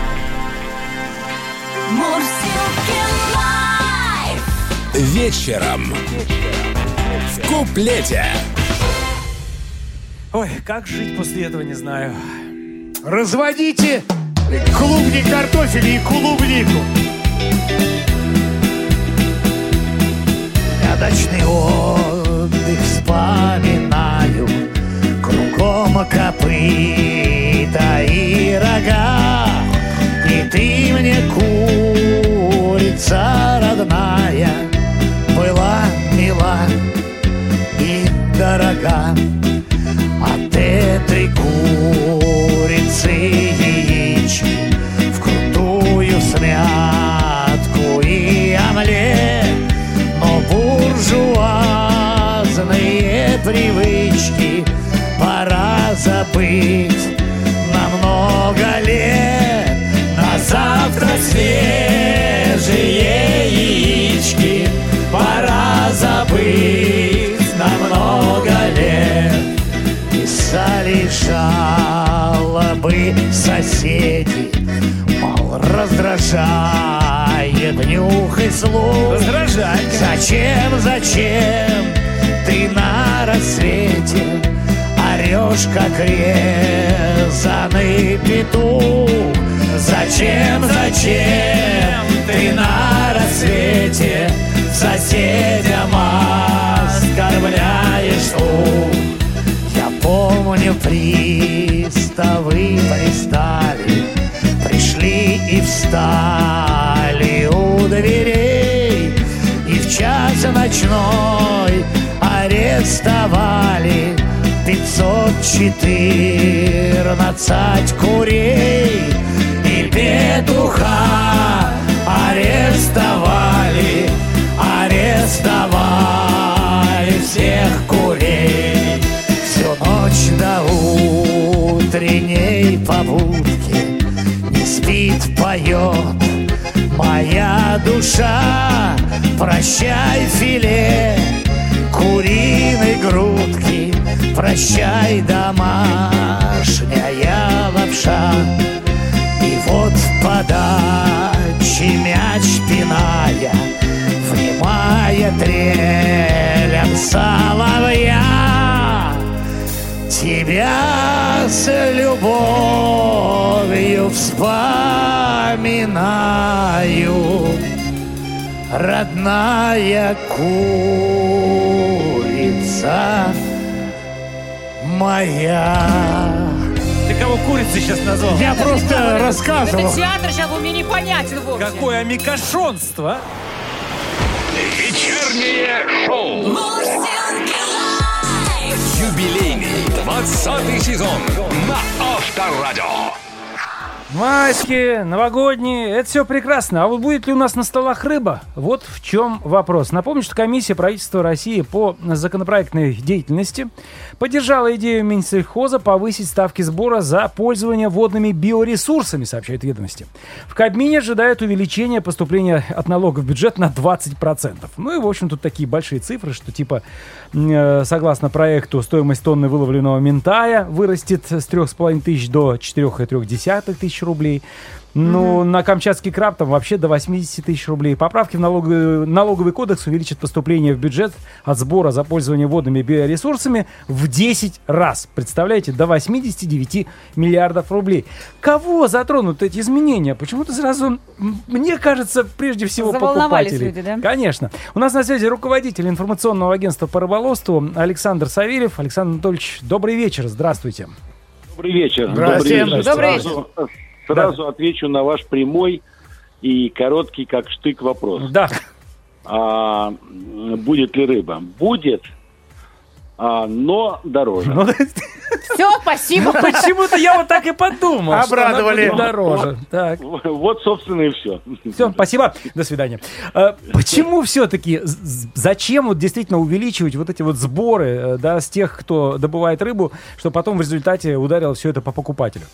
Speaker 2: Мурзилки лайф.
Speaker 1: Вечером. В куплете.
Speaker 3: Ой, как жить после этого, не знаю.
Speaker 4: Разводите клубни картофеля и клубнику. На дачный отдых с
Speaker 8: вспоминаю, кругом копыта и рога. И ты мне, курица родная, была мила и дорога. От этой курицы яички вкрутую смятку и омлет. Но буржуазные привычки пора забыть на много лет. На завтра свежие яички пора забыть на много лет. Писали жалобы соседи, мол, раздражает нюх и слух.
Speaker 3: Раздражает.
Speaker 8: Зачем, зачем ты на рассвете орешь, как резаный петух? Зачем, зачем ты на рассвете соседям оскорбляешь слух? Я помню, приставы пристали, пришли и встали у дверей, и в час ночной арестовали пятьсот четырнадцать курей. И петуха арестовали, арестовали всех курей. Всю ночь до утренней побудки не спит, поет моя душа. Прощай, филе куриной грудки, прощай, домашняя лапша. И вот в подаче мяч пиная, внимая трелям соловья, тебя с любовью вспоминаю, родная курица моя.
Speaker 3: Ты кого курицей сейчас назвал?
Speaker 4: Я просто рассказывал.
Speaker 5: Это театр сейчас был мне непонятен вовсе.
Speaker 3: Какое амикошонство!
Speaker 1: Вечернее шоу.
Speaker 2: Мурзилки лайф.
Speaker 1: Юбилейный двадцатый сезон на Авторадио.
Speaker 3: Майские, новогодние, это все прекрасно. А вот будет ли у нас на столах рыба? Вот в чем вопрос. Напомню, что комиссия правительства России по законопроектной деятельности поддержала идею Минсельхоза повысить ставки сбора за пользование водными биоресурсами, сообщают ведомости. В Кабмине ожидают увеличения поступления от налога в бюджет на двадцать процентов. Ну и, в общем, тут такие большие цифры, что типа, э, согласно проекту, стоимость тонны выловленного минтая вырастет с трёх с половиной тысяч до четырёх и трёх десятых тысяч рублей. Ну, mm-hmm. на камчатский краб там вообще до восемьдесят тысяч рублей. Поправки в налоговый, налоговый кодекс увеличат поступление в бюджет от сбора за пользование водными биоресурсами в десять раз. Представляете, до восемьдесят девять миллиардов рублей. Кого затронут эти изменения? Почему-то сразу, мне кажется, прежде всего
Speaker 5: Заволновались
Speaker 3: покупателей.
Speaker 5: люди, да?
Speaker 3: Конечно. У нас на связи руководитель информационного агентства по рыболовству Александр Савельев. Александр Анатольевич, добрый вечер. Здравствуйте.
Speaker 9: Добрый вечер.
Speaker 4: Здравствуйте.
Speaker 9: Добрый вечер.
Speaker 5: Добрый
Speaker 9: Сразу, сразу отвечу на ваш прямой и короткий, как штык, вопрос.
Speaker 3: Да.
Speaker 9: А, будет ли рыба? Будет, а, но дороже.
Speaker 3: Ну,
Speaker 5: Все, спасибо.
Speaker 3: почему-то я вот так и подумал.
Speaker 4: Обрадовали.
Speaker 3: Что она будет дороже. Так.
Speaker 9: Вот, собственно, и все.
Speaker 3: Все, спасибо. До свидания. А, почему все-таки, зачем вот действительно увеличивать вот эти вот сборы, э, да, с тех, кто добывает рыбу, что потом в результате ударило все это по покупателю?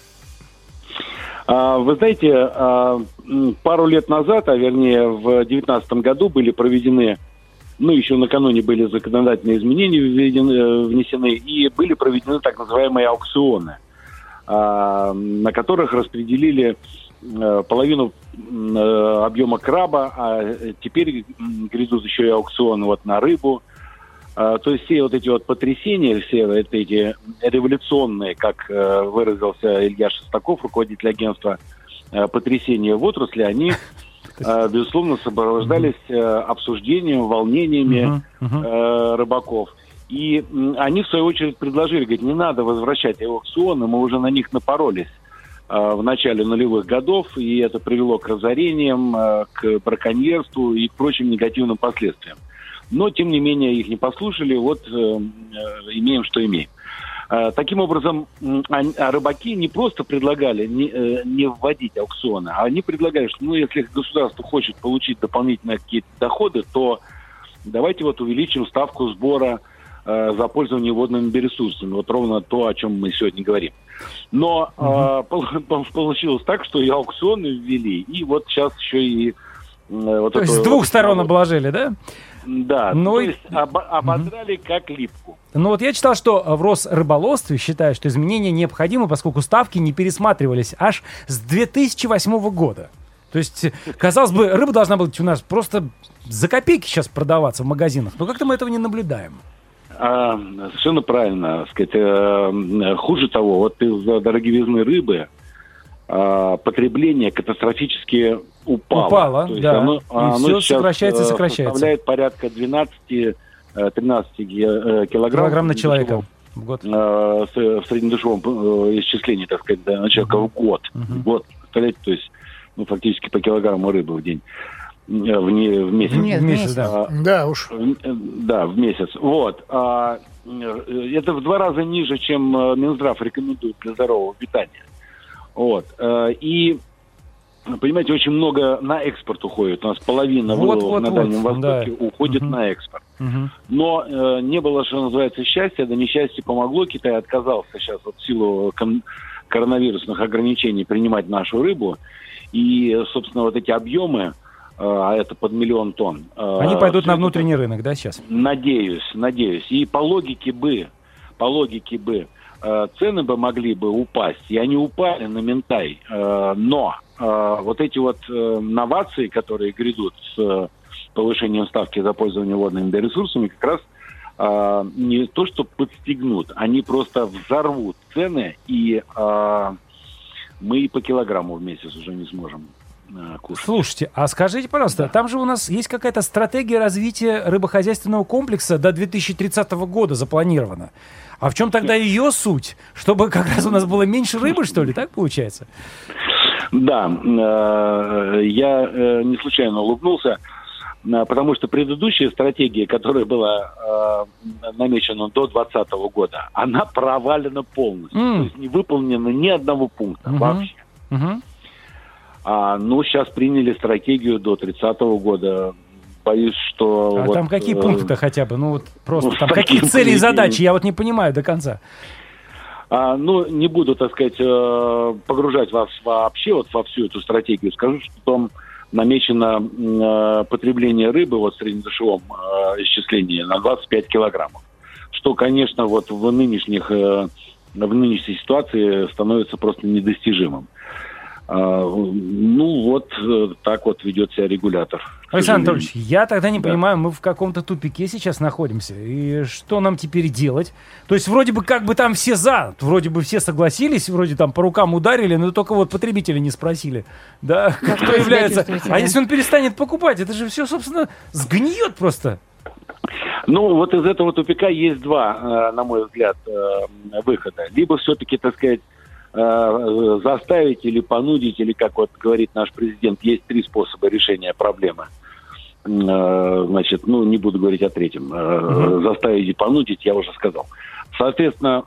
Speaker 9: А, вы знаете, а, пару лет назад, а вернее в две тысячи девятнадцатом году были проведены, ну еще накануне были законодательные изменения введены, внесены, и были проведены так называемые аукционы, а, на которых распределили а, половину а, объема краба, а теперь грядут еще и аукционы вот на рыбу. А, то есть все вот эти вот потрясения, все вот эти революционные, как а, выразился Илья Шестаков, руководитель агентства а, потрясения в отрасли, они, а, безусловно, сопровождались а, обсуждением, волнениями а, рыбаков. И м, они, в свою очередь, предложили, говорят, не надо возвращать аукционы, мы уже на них напоролись э, в начале нулевых годов, и это привело к разорениям, э, к браконьерству и к прочим негативным последствиям. Но, тем не менее, их не послушали, вот э, э, имеем, что имеем. Э, таким образом, м, а, а рыбаки не просто предлагали не, э, не вводить аукционы, а они предлагали, что ну, если государство хочет получить дополнительные какие-то доходы, то давайте вот увеличим ставку сбора э, за пользование водными ресурсами. Вот ровно то, о чем мы сегодня говорим. Но э, угу. получилось так, что и аукционы ввели, и вот сейчас еще и... Э, вот
Speaker 3: то
Speaker 9: это,
Speaker 3: есть с двух
Speaker 9: вот,
Speaker 3: сторон
Speaker 9: вот,
Speaker 3: обложили, да?
Speaker 9: Да,
Speaker 3: ну,
Speaker 9: то
Speaker 3: и...
Speaker 9: есть об, ободрали угу. как липку.
Speaker 3: Ну вот я читал, что в Росрыболовстве считают, что изменения необходимы, поскольку ставки не пересматривались аж с две тысячи восьмого года. То есть, казалось бы, рыба должна быть у нас просто за копейки сейчас продаваться в магазинах, но как-то мы этого не наблюдаем.
Speaker 9: А, совершенно правильно. Сказать, э, хуже того, вот из-за дороговизны рыбы э, потребление катастрофически упало.
Speaker 3: Упало,
Speaker 9: То есть
Speaker 3: да.
Speaker 9: Оно,
Speaker 3: и
Speaker 9: оно
Speaker 3: все
Speaker 9: сейчас
Speaker 3: сокращается и сокращается.
Speaker 9: Составляет порядка двенадцать-тринадцать килограмм,
Speaker 3: килограмм на человека в год.
Speaker 9: Э, в среднедушевом э, исчислении, так сказать, на человека uh-huh. в год. Uh-huh. год. Представляете, то есть ну, фактически по килограмму рыбы в день. В, не, в месяц.
Speaker 5: Нет, в месяц,
Speaker 3: да.
Speaker 9: А,
Speaker 4: да уж.
Speaker 9: Да, в месяц. Вот. А, это в два раза ниже, чем Минздрав рекомендует для здорового питания. Вот. И, понимаете, очень много на экспорт уходит. У нас половина
Speaker 3: вот,
Speaker 9: выловов
Speaker 3: вот,
Speaker 9: на
Speaker 3: вот,
Speaker 9: Дальнем Востоке
Speaker 3: да.
Speaker 9: уходит
Speaker 3: угу.
Speaker 9: на экспорт.
Speaker 3: Угу.
Speaker 9: Но э, не было, что называется, счастья. Да несчастье помогло. Китай отказался сейчас вот в силу кон- коронавирусных ограничений принимать нашу рыбу. И, собственно, вот эти объемы, а это под миллион тонн.
Speaker 3: Они пойдут на внутренний это, рынок, да, сейчас?
Speaker 9: Надеюсь, надеюсь. И по логике бы, по логике бы, цены бы могли бы упасть. И они упали на Минтай. Но вот эти вот новации, которые грядут с повышением ставки за пользование водными ресурсами, как раз не то, что подстегнут, они просто взорвут цены, и мы и по килограмму в месяц уже не сможем кушать.
Speaker 3: Слушайте, а скажите, пожалуйста, да. там же у нас есть какая-то стратегия развития рыбохозяйственного комплекса до две тысячи тридцатого года запланирована. А в чем тогда ее суть? Чтобы как раз у нас было меньше рыбы, что ли? Так получается?
Speaker 9: Да, я не случайно улыбнулся, потому что предыдущая стратегия, которая была намечена до двадцатого года, она провалена полностью. Mm. То есть не выполнено ни одного пункта uh-huh. вообще. Uh-huh. А, ну, сейчас приняли стратегию до тридцатого года. Боюсь, что...
Speaker 3: А
Speaker 9: вот,
Speaker 3: там какие
Speaker 9: э,
Speaker 3: пункты хотя бы? Ну, вот просто
Speaker 9: ну,
Speaker 3: там какие цели и задачи? Я вот не понимаю до конца.
Speaker 9: А, ну, не буду, так сказать, погружать вас вообще вот во всю эту стратегию. Скажу, что там намечено э, потребление рыбы вот в среднедушевом э, исчислении на двадцать пять килограммов. Что, конечно, вот в нынешних, э, в нынешней ситуации становится просто недостижимым. Э, ну, вот э, так вот ведет себя регулятор.
Speaker 3: Александр Анатольевич, я тогда не
Speaker 9: да.
Speaker 3: понимаю, мы в каком-то тупике сейчас находимся. И что нам теперь делать? То есть вроде бы как бы там все за, вроде бы все согласились, вроде там по рукам ударили, но только вот потребители не спросили, да, как кто является. А если он перестанет покупать, это же все, собственно, сгниет просто.
Speaker 9: Ну, вот из этого тупика есть два, на мой взгляд, выхода. Либо все-таки, так сказать, заставить или понудить, или, как вот говорит наш президент, есть три способа решения проблемы. Значит, ну, не буду говорить о третьем. Uh-huh. Заставить и понудить, я уже сказал. Соответственно,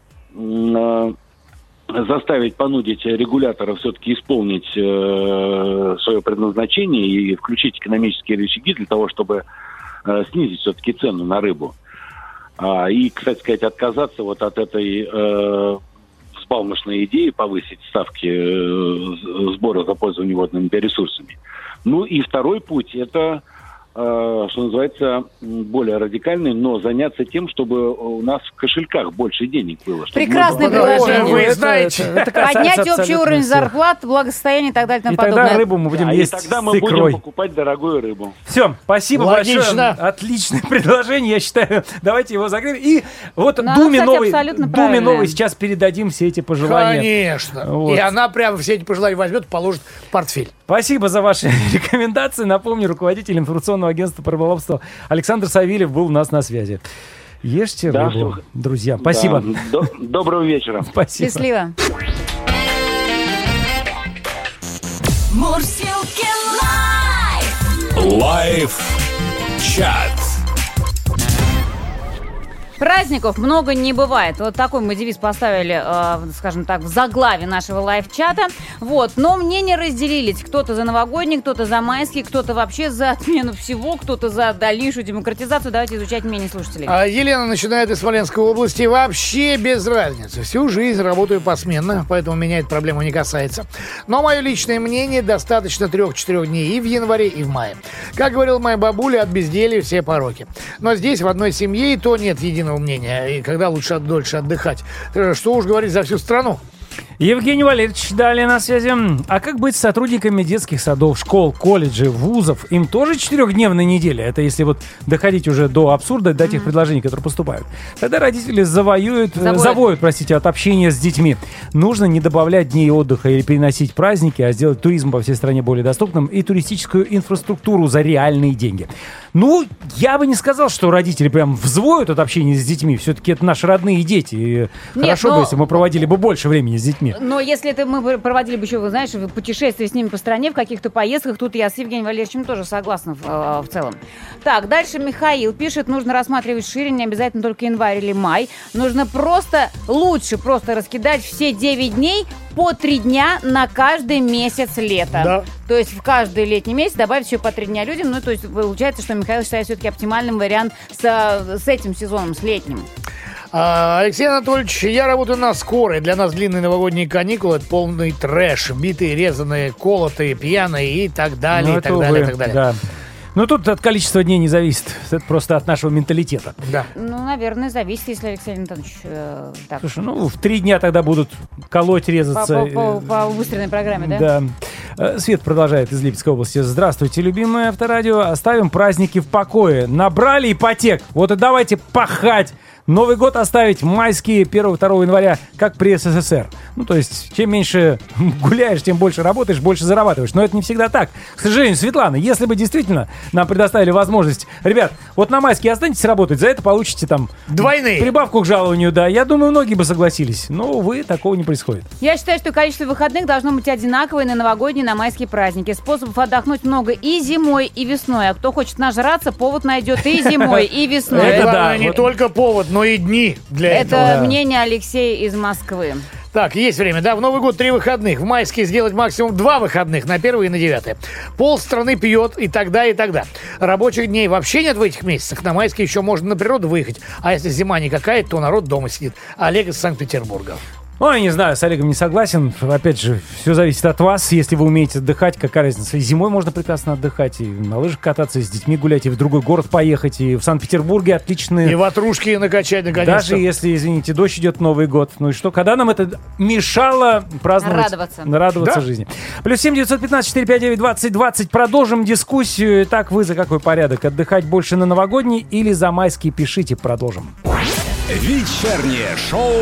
Speaker 9: заставить, понудить регулятора все-таки исполнить свое предназначение и включить экономические рычаги для того, чтобы снизить все-таки цену на рыбу. И, кстати сказать, отказаться вот от этой взбалмошной идеи повысить ставки сбора за пользование водными ресурсами. Ну и второй путь – это, что называется, более радикальный, но заняться тем, чтобы у нас в кошельках больше денег было.
Speaker 5: Прекрасное
Speaker 4: было...
Speaker 5: приложение.
Speaker 4: Вы знаете.
Speaker 3: Это, это
Speaker 5: Поднять общий уровень зарплат, благосостояние и так далее и тому
Speaker 3: и
Speaker 5: подобное.
Speaker 3: тогда рыбу мы будем
Speaker 9: да,
Speaker 3: есть
Speaker 9: и тогда мы
Speaker 3: с икрой.
Speaker 9: будем покупать дорогую рыбу.
Speaker 3: Все, спасибо
Speaker 4: Логично.
Speaker 3: большое. Отличное предложение, я считаю. Давайте его закрепим. И вот
Speaker 5: Но
Speaker 3: Думе
Speaker 5: оно, кстати,
Speaker 3: новой,
Speaker 5: абсолютно
Speaker 3: Думе
Speaker 5: правильное.
Speaker 3: новой сейчас передадим все эти пожелания.
Speaker 4: Конечно.
Speaker 3: Вот.
Speaker 4: И она прямо все эти пожелания возьмет и положит в портфель.
Speaker 3: Спасибо за ваши рекомендации. Напомню, руководитель информационного агентства по рыболовству Александр Савельев был у нас на связи. Ешьте
Speaker 9: Да,
Speaker 3: рыбу,
Speaker 9: всё.
Speaker 3: друзья. Спасибо.
Speaker 9: Да. До- Доброго вечера.
Speaker 3: Спасибо.
Speaker 5: Счастливо.
Speaker 2: Мурзилки лайф.
Speaker 1: Лайф-чат.
Speaker 5: Праздников много не бывает. Вот такой мы девиз поставили, э, скажем так, в заглаве нашего лайв-чата. Вот. Но мнения разделились. Кто-то за новогодний, кто-то за майский, кто-то вообще за отмену всего, кто-то за дальнейшую демократизацию. Давайте изучать мнение слушателей.
Speaker 4: А Елена начинает из Смоленской области. Вообще без разницы. Всю жизнь работаю посменно, поэтому меня эта проблема не касается. Но мое личное мнение, достаточно трех-четырех дней и в январе, и в мае. Как говорила моя бабуля, от безделья все пороки. Но здесь в одной семье и то нет единого мнения, и когда лучше от- дольше отдыхать. Что уж говорить за всю страну.
Speaker 3: Евгений Валерьевич, далее на связи. А как быть с сотрудниками детских садов, школ, колледжей, вузов? Им тоже четырехдневная неделя? Это если вот доходить уже до абсурда, до тех предложений, которые поступают. Тогда родители завоюют,
Speaker 5: Завоют.
Speaker 3: завоют, простите, от общения с детьми. Нужно не добавлять дней отдыха или переносить праздники, а сделать туризм по всей стране более доступным и туристическую инфраструктуру за реальные деньги. Ну, я бы не сказал, что родители прям взвоют от общения с детьми. Все-таки это наши родные дети. И
Speaker 5: Нет,
Speaker 3: хорошо
Speaker 5: но-
Speaker 3: бы, если мы проводили бы больше времени с детьми.
Speaker 5: Но если это мы проводили бы еще, вы знаешь, путешествия с ними по стране, в каких-то поездках, тут я с Евгением Валерьевичем тоже согласна в, э, в целом. Так, дальше Михаил пишет, нужно рассматривать шире, не обязательно только январь или май. Нужно просто, лучше просто раскидать все девять дней по три дня на каждый месяц лета.
Speaker 4: Да.
Speaker 5: То есть в каждый летний месяц добавить еще по три дня людям. Ну, то есть получается, что Михаил считает все-таки оптимальным вариант с, с этим сезоном, с летним.
Speaker 4: А, Алексей Анатольевич, я работаю на скорой. Для нас длинные новогодние каникулы — это полный трэш. Битые, резаные, колотые, пьяные и так далее,
Speaker 3: Ну,
Speaker 4: и так
Speaker 3: это,
Speaker 4: далее, и
Speaker 3: увы,
Speaker 4: так далее.
Speaker 3: да. Ну, тут от количества дней не зависит. Это просто от нашего менталитета.
Speaker 4: Да.
Speaker 5: Ну, наверное, зависит, если Алексей Анатольевич э, так,
Speaker 3: Слушай, ну, в три дня тогда будут колоть,
Speaker 5: по,
Speaker 3: резаться.
Speaker 5: по, по, по выстроенной программе, да?
Speaker 3: Да. Э, Свет продолжает из Липецкой области. Здравствуйте, любимое авторадио. Оставим праздники в покое. Набрали ипотек. Вот и давайте пахать. Новый год оставить майские первого-второго января, как при СССР. Ну, то есть, чем меньше гуляешь, тем больше работаешь, больше зарабатываешь. Но это не всегда так. К сожалению, Светлана, если бы действительно нам предоставили возможность, ребят, вот на майские останетесь работать, за это получите там
Speaker 4: Двойные.
Speaker 3: прибавку к жалованию, да. Я думаю, многие бы согласились. Но, увы, такого не происходит.
Speaker 5: Я считаю, что количество выходных должно быть одинаковое на новогодние, на майские праздники. Способов отдохнуть много и зимой, и весной. А кто хочет нажраться, повод найдет и зимой, и весной.
Speaker 3: Это
Speaker 4: Главное,
Speaker 3: да,
Speaker 4: не
Speaker 3: вот.
Speaker 4: только повод, но и дни для этого.
Speaker 5: Это
Speaker 3: да.
Speaker 5: мнение Алексея из Москвы.
Speaker 4: Так, есть время, да, в Новый год три выходных, в майские сделать максимум два выходных, на первое и на девятое. Пол страны пьет и тогда, и тогда. Рабочих дней вообще нет в этих месяцах, на майские еще можно на природу выехать, а если зима никакая, то народ дома сидит. Олег из Санкт-Петербурга.
Speaker 3: Ой, не знаю, с Олегом не согласен. Опять же, все зависит от вас. Если вы умеете отдыхать, какая разница? И зимой можно прекрасно отдыхать, и на лыжах кататься, и с детьми гулять, и в другой город поехать, и в Санкт-Петербурге отличные...
Speaker 4: И ватрушки накачать наконец-то.
Speaker 3: Даже если, извините, дождь идет Новый год. Ну и что? Когда нам это мешало праздновать?
Speaker 5: Радоваться.
Speaker 3: Радоваться
Speaker 4: Да.
Speaker 3: жизни. Плюс семь девятьсот пятнадцать четыре пять девять двадцать двадцать. Продолжим дискуссию. Итак, вы за какой порядок? Отдыхать больше на новогодний или за майский? Пишите, продолжим.
Speaker 1: Вечернее шоу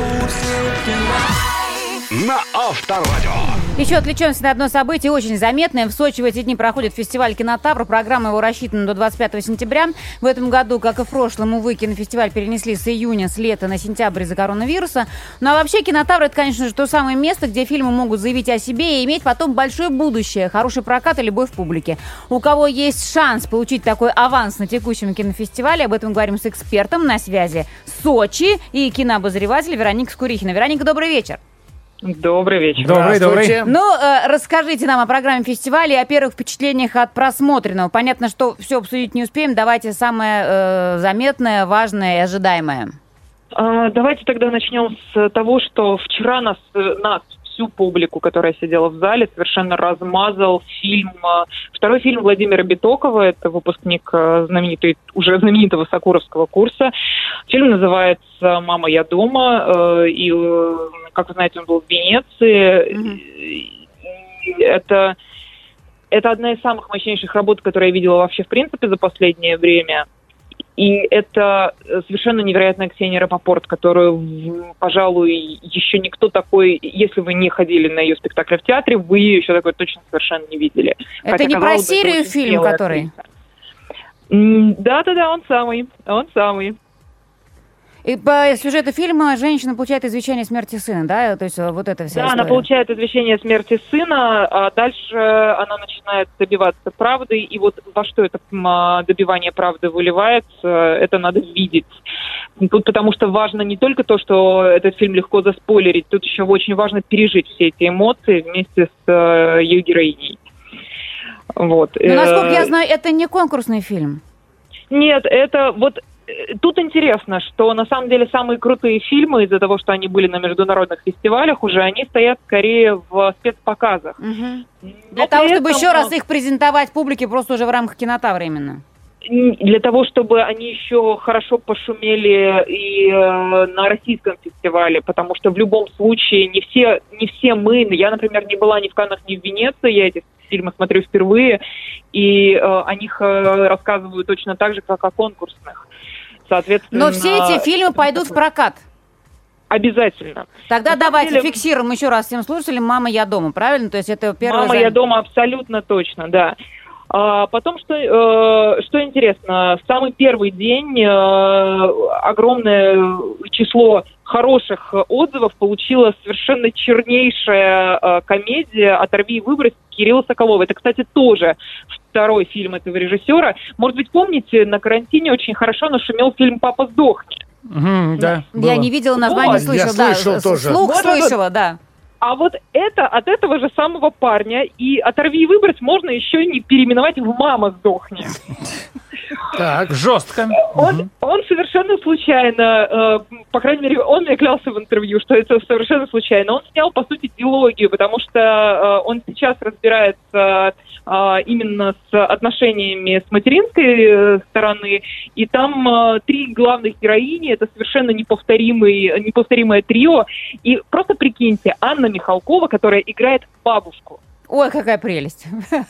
Speaker 1: на Авторадио.
Speaker 5: Еще отвлечемся на одно событие, очень заметное. В Сочи в эти дни проходит фестиваль «Кинотавр». Программа его рассчитана до двадцать пятого сентября. В этом году, как и в прошлом, увы, кинофестиваль перенесли с июня, с лета на сентябрь из-за коронавируса. Ну а вообще «Кинотавр» — это, конечно же, то самое место, где фильмы могут заявить о себе и иметь потом большое будущее, хороший прокат и любовь публики. У кого есть шанс получить такой аванс на текущем кинофестивале, об этом говорим с экспертом на связи Сочи и кинообозреватель Вероника Скурихина. Вероника, добрый вечер.
Speaker 10: Добрый вечер.
Speaker 3: Добрый, добрый.
Speaker 4: Здравствуйте.
Speaker 5: Ну, э, расскажите нам о программе фестиваля и о первых впечатлениях от просмотренного. Понятно, что все обсудить не успеем. Давайте самое э, заметное, важное и ожидаемое.
Speaker 10: А, давайте тогда начнем с того, что вчера нас, нас, всю публику, которая сидела в зале, совершенно размазал фильм, а, второй фильм Владимира Битокова, это выпускник а, знаменитой, уже знаменитого Сокуровского курса. Фильм называется «Мама, я дома», э, и, э, как вы знаете, он был в Венеции.
Speaker 5: Мгм.
Speaker 10: И это, это одна из самых мощнейших работ, которые я видела вообще, в принципе, за последнее время. И это совершенно невероятная Ксения Рапопорт, которую, пожалуй, еще никто такой, если вы не ходили на ее спектакль в театре, вы ее еще такой точно совершенно не видели.
Speaker 5: Это
Speaker 10: Хотя,
Speaker 5: не про
Speaker 10: казалось бы, это
Speaker 5: серию
Speaker 10: очень
Speaker 5: фильм,
Speaker 10: смелая
Speaker 5: который?
Speaker 10: актриса. М, Да-да-да, он самый, он самый.
Speaker 5: И по сюжету фильма женщина получает извещение о смерти сына, да? То есть вот эта вся
Speaker 10: Да,
Speaker 5: история.
Speaker 10: она получает извещение о смерти сына, а дальше она начинает добиваться правды, и вот во что это добивание правды выливается, это надо видеть. Тут потому что важно не только то, что этот фильм легко заспойлерить, тут еще очень важно пережить все эти эмоции вместе с э, ее героиней. Вот.
Speaker 5: Но, насколько я знаю, это не конкурсный фильм.
Speaker 10: Нет, это вот тут интересно, что на самом деле самые крутые фильмы, из-за того, что они были на международных фестивалях, уже они стоят скорее в спецпоказах.
Speaker 5: Угу. Для того, чтобы этом... еще раз их презентовать публике просто уже в рамках кинотавра именно.
Speaker 10: Для того, чтобы они еще хорошо пошумели и э, на российском фестивале, потому что в любом случае не все, не все мы, я, например, не была ни в Каннах, ни в Венеции, я эти фильмы смотрю впервые, и э, о них э, рассказываю точно так же, как о конкурсных. Соответственно,
Speaker 5: но все эти фильмы пойдут в прокат?
Speaker 10: Обязательно.
Speaker 5: Тогда
Speaker 10: на
Speaker 5: давайте
Speaker 10: деле...
Speaker 5: фиксируем еще раз всем слушателям «Мама, я дома», правильно? То есть это первое...
Speaker 10: «Мама, я дома» абсолютно точно, да. А потом, что, э, что интересно, в самый первый день э, огромное число хороших отзывов получила совершенно чернейшая э, комедия «Оторви и выбрось» Кирилла Соколова. Это, кстати, тоже второй фильм этого режиссера. Может быть, помните, на карантине очень хорошо нашумел фильм «Папа, сдохни».
Speaker 3: Угу, да,
Speaker 5: я
Speaker 3: было.
Speaker 5: не видела название,
Speaker 10: вот,
Speaker 5: слышала.
Speaker 4: Я
Speaker 5: да,
Speaker 4: слышал тоже.
Speaker 5: Слух
Speaker 10: вот
Speaker 5: слышала,
Speaker 10: это...
Speaker 5: да.
Speaker 10: А вот это от этого же самого парня и «Оторви и выбрось» можно еще и не переименовать в «Мама, сдохни».
Speaker 4: Так.
Speaker 3: Жестко.
Speaker 10: Он,
Speaker 3: угу.
Speaker 10: он совершенно случайно, э, по крайней мере, он мне клялся в интервью, что это совершенно случайно. Он снял, по сути, дилогию, потому что э, он сейчас разбирается э, именно с отношениями с материнской э, стороны, и там э, три главных героини, это совершенно неповторимый, неповторимое трио. И просто прикиньте, Анна Михалкова, которая играет бабушку.
Speaker 5: Ой, какая прелесть.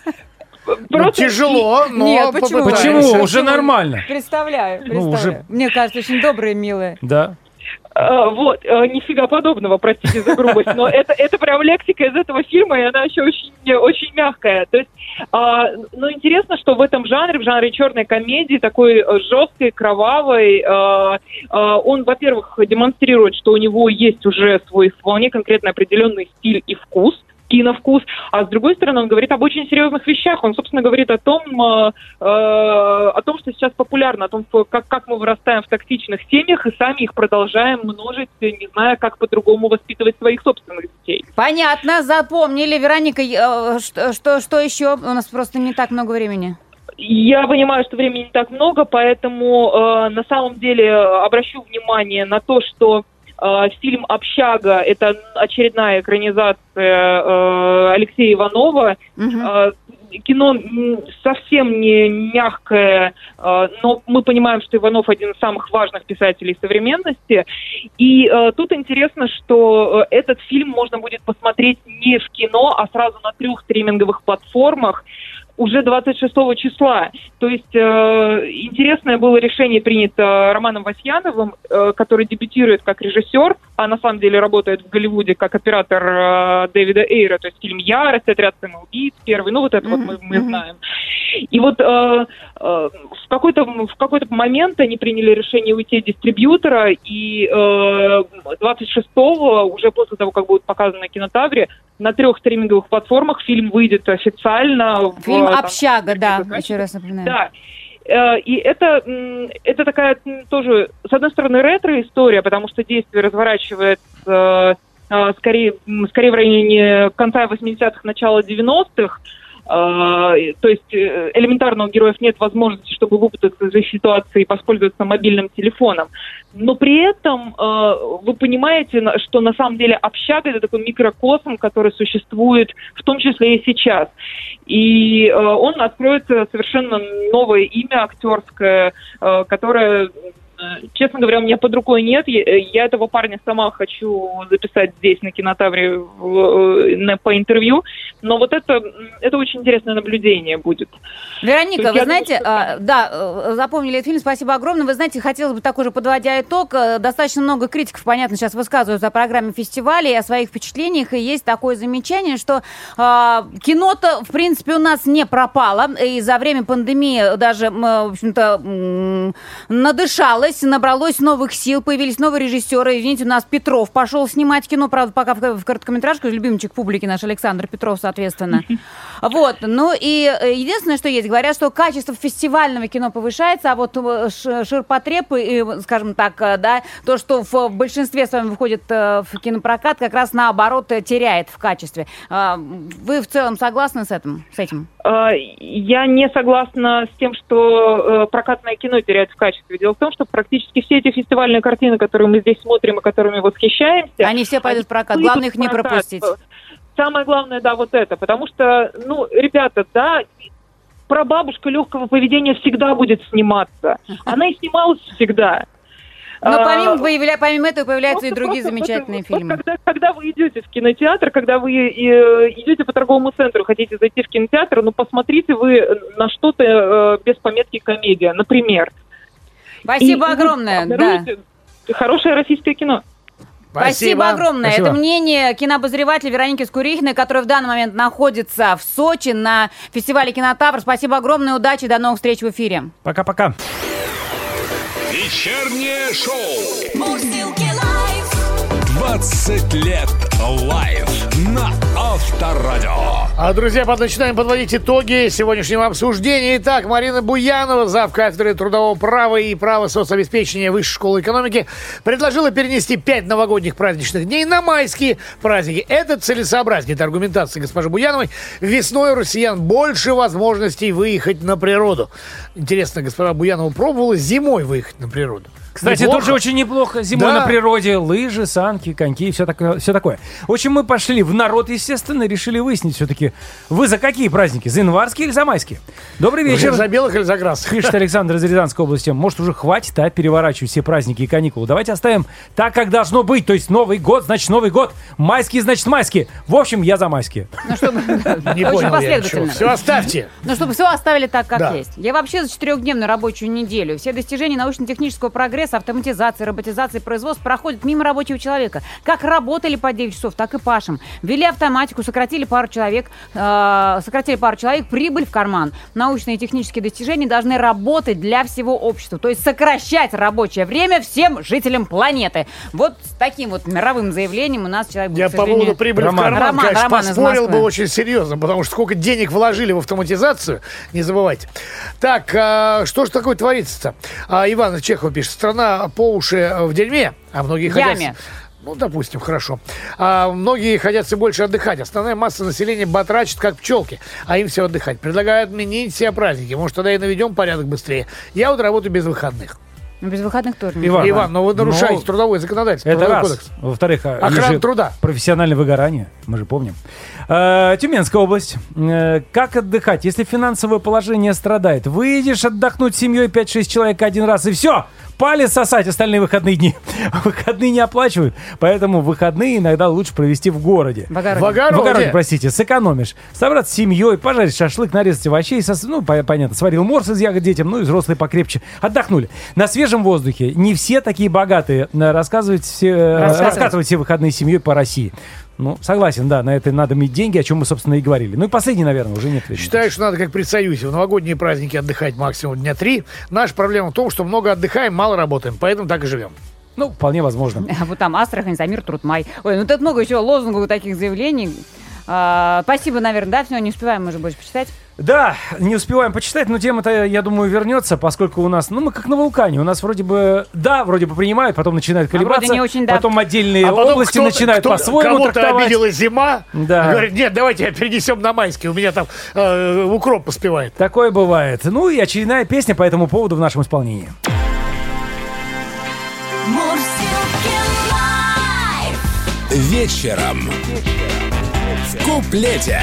Speaker 4: Ну, тяжело, но
Speaker 5: Нет, почему?
Speaker 3: Почему? Уже нормально.
Speaker 5: Представляю, представляю.
Speaker 3: Ну, уже...
Speaker 5: Мне кажется, очень добрые, милые.
Speaker 3: Да.
Speaker 10: Uh, вот, uh, нифига подобного, простите за грубость, но это, это прям лексика из этого фильма, и она еще очень, очень мягкая. То есть, uh, ну, интересно, что в этом жанре, в жанре черной комедии, такой uh, жесткой, кровавой, uh, uh, он, во-первых, демонстрирует, что у него есть уже свой вполне конкретно определенный стиль и вкус, киновкус, а с другой стороны он говорит об очень серьезных вещах. Он, собственно, говорит о том, э, э, о том, что сейчас популярно, о том, как, как мы вырастаем в токсичных семьях и сами их продолжаем множить, не зная, как по-другому воспитывать своих собственных детей.
Speaker 5: Понятно, запомнили. Вероника, э, что, что, что еще? У нас просто не так много времени.
Speaker 10: Я понимаю, что времени не так много, поэтому э, на самом деле обращу внимание на то, что Uh, фильм «Общага» — это очередная экранизация uh, Алексея Иванова. Uh-huh. Uh, кино совсем не мягкое, uh, но мы понимаем, что Иванов один из самых важных писателей современности. И uh, тут интересно, что uh, этот фильм можно будет посмотреть не в кино, а сразу на трех стриминговых платформах уже двадцать шестого числа. То есть э, интересное было решение принято Романом Васьяновым, э, который дебютирует как режиссер, а на самом деле работает в Голливуде как оператор э, Дэвида Эйра, то есть фильм «Ярость», «Отряд самоубийц» первый, ну вот это mm-hmm. вот мы, мы знаем. И вот э, э, в, какой-то, в какой-то момент они приняли решение уйти от дистрибьютора, и э, двадцать шестого, уже после того, как будет показан на кинотавре, на трех стриминговых платформах фильм выйдет официально.
Speaker 5: Фильм
Speaker 10: в, там,
Speaker 5: «Общага», да, еще раз напоминаю.
Speaker 10: Да. И это, это такая тоже, с одной стороны, ретро-история, потому что действие разворачивается скорее, скорее в районе конца восьмидесятых, начала девяностых. Uh, то есть элементарно у героев нет возможности, чтобы выпутаться из этой ситуации и воспользоваться мобильным телефоном. Но при этом uh, вы понимаете, что на самом деле «Общага» — это такой микрокосм, который существует в том числе и сейчас. И uh, он откроет совершенно новое имя актерское, uh, которое... Честно говоря, у меня под рукой нет. Я этого парня сама хочу записать здесь, на кинотавре, по интервью. Но вот это, это очень интересное наблюдение будет.
Speaker 5: Вероника, вы знаете,
Speaker 10: думаю, что...
Speaker 5: да, запомнили этот фильм, спасибо огромное. Вы знаете, хотелось бы такой же, подводя итог, достаточно много критиков, понятно, сейчас высказываются о программе фестиваля и о своих впечатлениях. И есть такое замечание, что э, кино-то, в принципе, у нас не пропало. И за время пандемии даже, в общем-то, надышалось версий набралось новых сил, появились новые режиссеры. Извините, у нас Петров пошел снимать кино, правда, пока в, в короткометражку, любимчик публики наш Александр Петров, соответственно. Вот, ну и единственное, что есть, говорят, что качество фестивального кино повышается, а вот ширпотреб, и, скажем так, да, то, что в большинстве с вами выходит в кинопрокат, как раз наоборот теряет в качестве. Вы в целом согласны с этим? С этим?
Speaker 10: Я не согласна с тем, что прокатное кино теряет в качестве. Дело в том, что практически все эти фестивальные картины, которые мы здесь смотрим и которыми восхищаемся...
Speaker 5: Они все пойдут в прокат. Главное их не пропустить.
Speaker 10: Самое главное, да, вот это. Потому что, ну, ребята, да, прабабушка легкого поведения всегда будет сниматься. Она и снималась всегда.
Speaker 5: Но помимо, появля... помимо этого появляются просто, и другие просто, замечательные
Speaker 10: просто,
Speaker 5: фильмы.
Speaker 10: Когда, когда вы идете в кинотеатр, когда вы э, идете по торговому центру, хотите зайти в кинотеатр, ну посмотрите вы на что-то э, без пометки «комедия», например.
Speaker 5: Спасибо
Speaker 10: и,
Speaker 5: огромное.
Speaker 10: И,
Speaker 5: да.
Speaker 10: Хорошее российское кино.
Speaker 5: Спасибо, Спасибо огромное. Спасибо. Это мнение кинообозревателя Вероники Скурихиной, которая в данный момент находится в Сочи на фестивале «Кинотавр». Спасибо огромное, удачи, до новых встреч в эфире.
Speaker 3: Пока-пока.
Speaker 1: Вечернее шоу.
Speaker 2: Мурзилки лайф.
Speaker 1: двадцать лет лайф на Авторадио.
Speaker 4: А, друзья, начинаем подводить итоги сегодняшнего обсуждения. Итак, Марина Буянова, зав. Кафедры трудового права и права соцобеспечения Высшей школы экономики, предложила перенести пять новогодних праздничных дней на майские праздники. Это целесообразнее. Это аргументация госпожи Буяновой. Весной у россиян больше возможностей выехать на природу. Интересно, госпожа Буянова пробовала зимой выехать на природу?
Speaker 3: Кстати, неплохо. Тоже очень неплохо. Зимой да. на природе лыжи, санки, коньки, все, так, все такое. В общем, мы пошли в народ, естественно, и решили выяснить все-таки, вы за какие праздники? За январские или за майские? Добрый вечер.
Speaker 4: Вы за белых или за красных?
Speaker 3: Пишет Александр из Рязанской области. Может, уже хватит, а, переворачивать все праздники и каникулы. Давайте оставим так, как должно быть. То есть Новый год, значит, Новый год. Майские, значит, майские. В общем, я за майские.
Speaker 5: Ну, чтобы...
Speaker 4: Не понял я ничего. Все оставьте.
Speaker 5: Ну, чтобы все оставили так, как есть. Я вообще за четырехдневную рабочую неделю. Все достижения научно-технического прогресса, автоматизации, роботизации производства проходят мимо рабочего человека. Как работали по девять часов, так и пашем. Ввели автоматику, сократили пару человек, э, сократили пару человек, прибыль в карман. Научные и технические достижения должны работать для всего общества. То есть сокращать рабочее время всем жителям планеты. Вот с таким вот мировым заявлением у нас человек будет,
Speaker 4: Я по поводу прибыли Роман. в карман, Роман, конечно, Роман поспорил бы очень серьезно, потому что сколько денег вложили в автоматизацию, не забывайте. Так, а, что же такое творится-то? А, Иван Чехов пишет, страна по уши в дерьме, а многие хотят... Ну, допустим, хорошо. А многие хотят все больше отдыхать. Основная масса населения батрачит, как пчелки, а им все отдыхать. Предлагают отменить все праздники. Может, тогда и наведем порядок быстрее. Я вот работаю без выходных.
Speaker 5: Ну, без выходных тоже.
Speaker 3: Иван,
Speaker 4: Иван, но вы нарушаете но... трудовое законодательство.
Speaker 3: Это раз.
Speaker 4: Кодекс.
Speaker 3: Во-вторых,
Speaker 4: охрана труда.
Speaker 3: Профессиональное выгорание, мы же помним. Э, Тюменская область. Э, как отдыхать, если финансовое положение страдает? Выйдешь отдохнуть с семьей пять-шесть человек один раз и все. Палец сосать остальные выходные дни. Выходные не оплачивают, поэтому выходные иногда лучше провести в городе.
Speaker 5: В огороде.
Speaker 4: В огороде.
Speaker 3: В огороде, простите, сэкономишь. Собраться с семьей, пожарить шашлык, нарезать овощей, сос... ну, понятно, сварил морс из ягод детям, ну и взрослые покрепче. Отдохнули. На свежем воздухе. Не все такие богатые. Рассказывать все, раскатывать все выходные с семьей по России. Ну, согласен, да, на это надо иметь деньги, о чем мы, собственно, и говорили. Ну и последний, наверное, уже нет времени.
Speaker 4: Считаю, что надо как при Союзе. В новогодние праздники отдыхать максимум дня три. Наша проблема в том, что много отдыхаем, мало работаем. Поэтому так и живем.
Speaker 3: Ну, вполне возможно.
Speaker 5: А вот там Астрахань, Замир, Трудмай. Ой, ну тут много еще лозунгов таких заявлений. А, спасибо, наверное, да, все, не успеваем мы уже больше почитать.
Speaker 3: Да, не успеваем почитать, но тема-то, я думаю, вернется, поскольку у нас, ну, мы как на вулкане, у нас вроде бы, да, вроде бы принимают, потом начинают колебаться, а не очень, да. потом отдельные а потом области начинают кто, по-своему
Speaker 4: кого-то
Speaker 3: трактовать.
Speaker 4: Обидела зима,
Speaker 3: да.
Speaker 4: Говорит, нет, давайте перенесем на майский, у меня там э, укроп поспевает.
Speaker 3: Такое бывает. Ну и очередная песня по этому поводу в нашем исполнении.
Speaker 1: Вечером в куплете.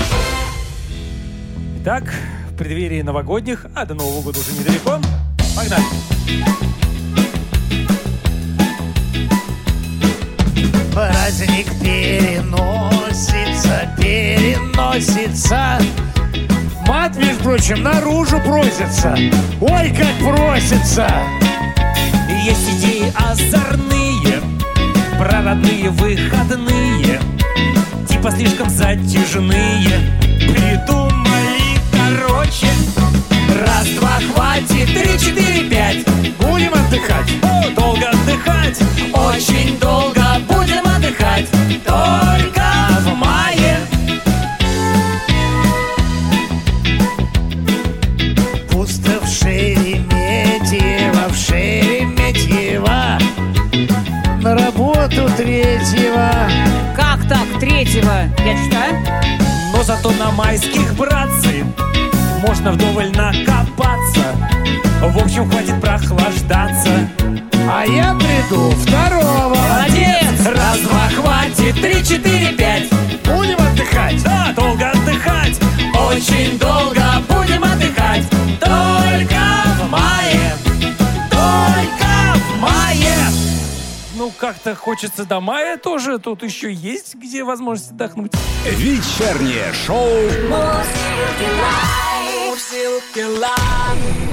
Speaker 3: Итак, в преддверии новогодних, а до Нового года уже недалеко, погнали.
Speaker 8: Праздник переносится, переносится.
Speaker 4: Мат, между прочим, наружу просится. Ой, как просится.
Speaker 11: Есть идеи озорные, про родные выходные, типа слишком затяжные. Придумали, короче, раз, два, хватит, три, четыре, пять.
Speaker 4: Будем отдыхать.
Speaker 5: третьего, я читаю.
Speaker 11: Но зато на майских, братцы, можно вдоволь накопаться. В общем, хватит прохлаждаться.
Speaker 8: А я приду второго.
Speaker 11: Молодец! Раз, два, хватит, три, четыре, пять.
Speaker 8: Будем отдыхать.
Speaker 11: Да, долго отдыхать. Очень долго будем отдыхать. Только в мае. Только в мае. Ну, как-то хочется до мая тоже. Тут еще есть где возможность отдохнуть.
Speaker 1: Вечернее шоу
Speaker 2: Мурзилки лайф.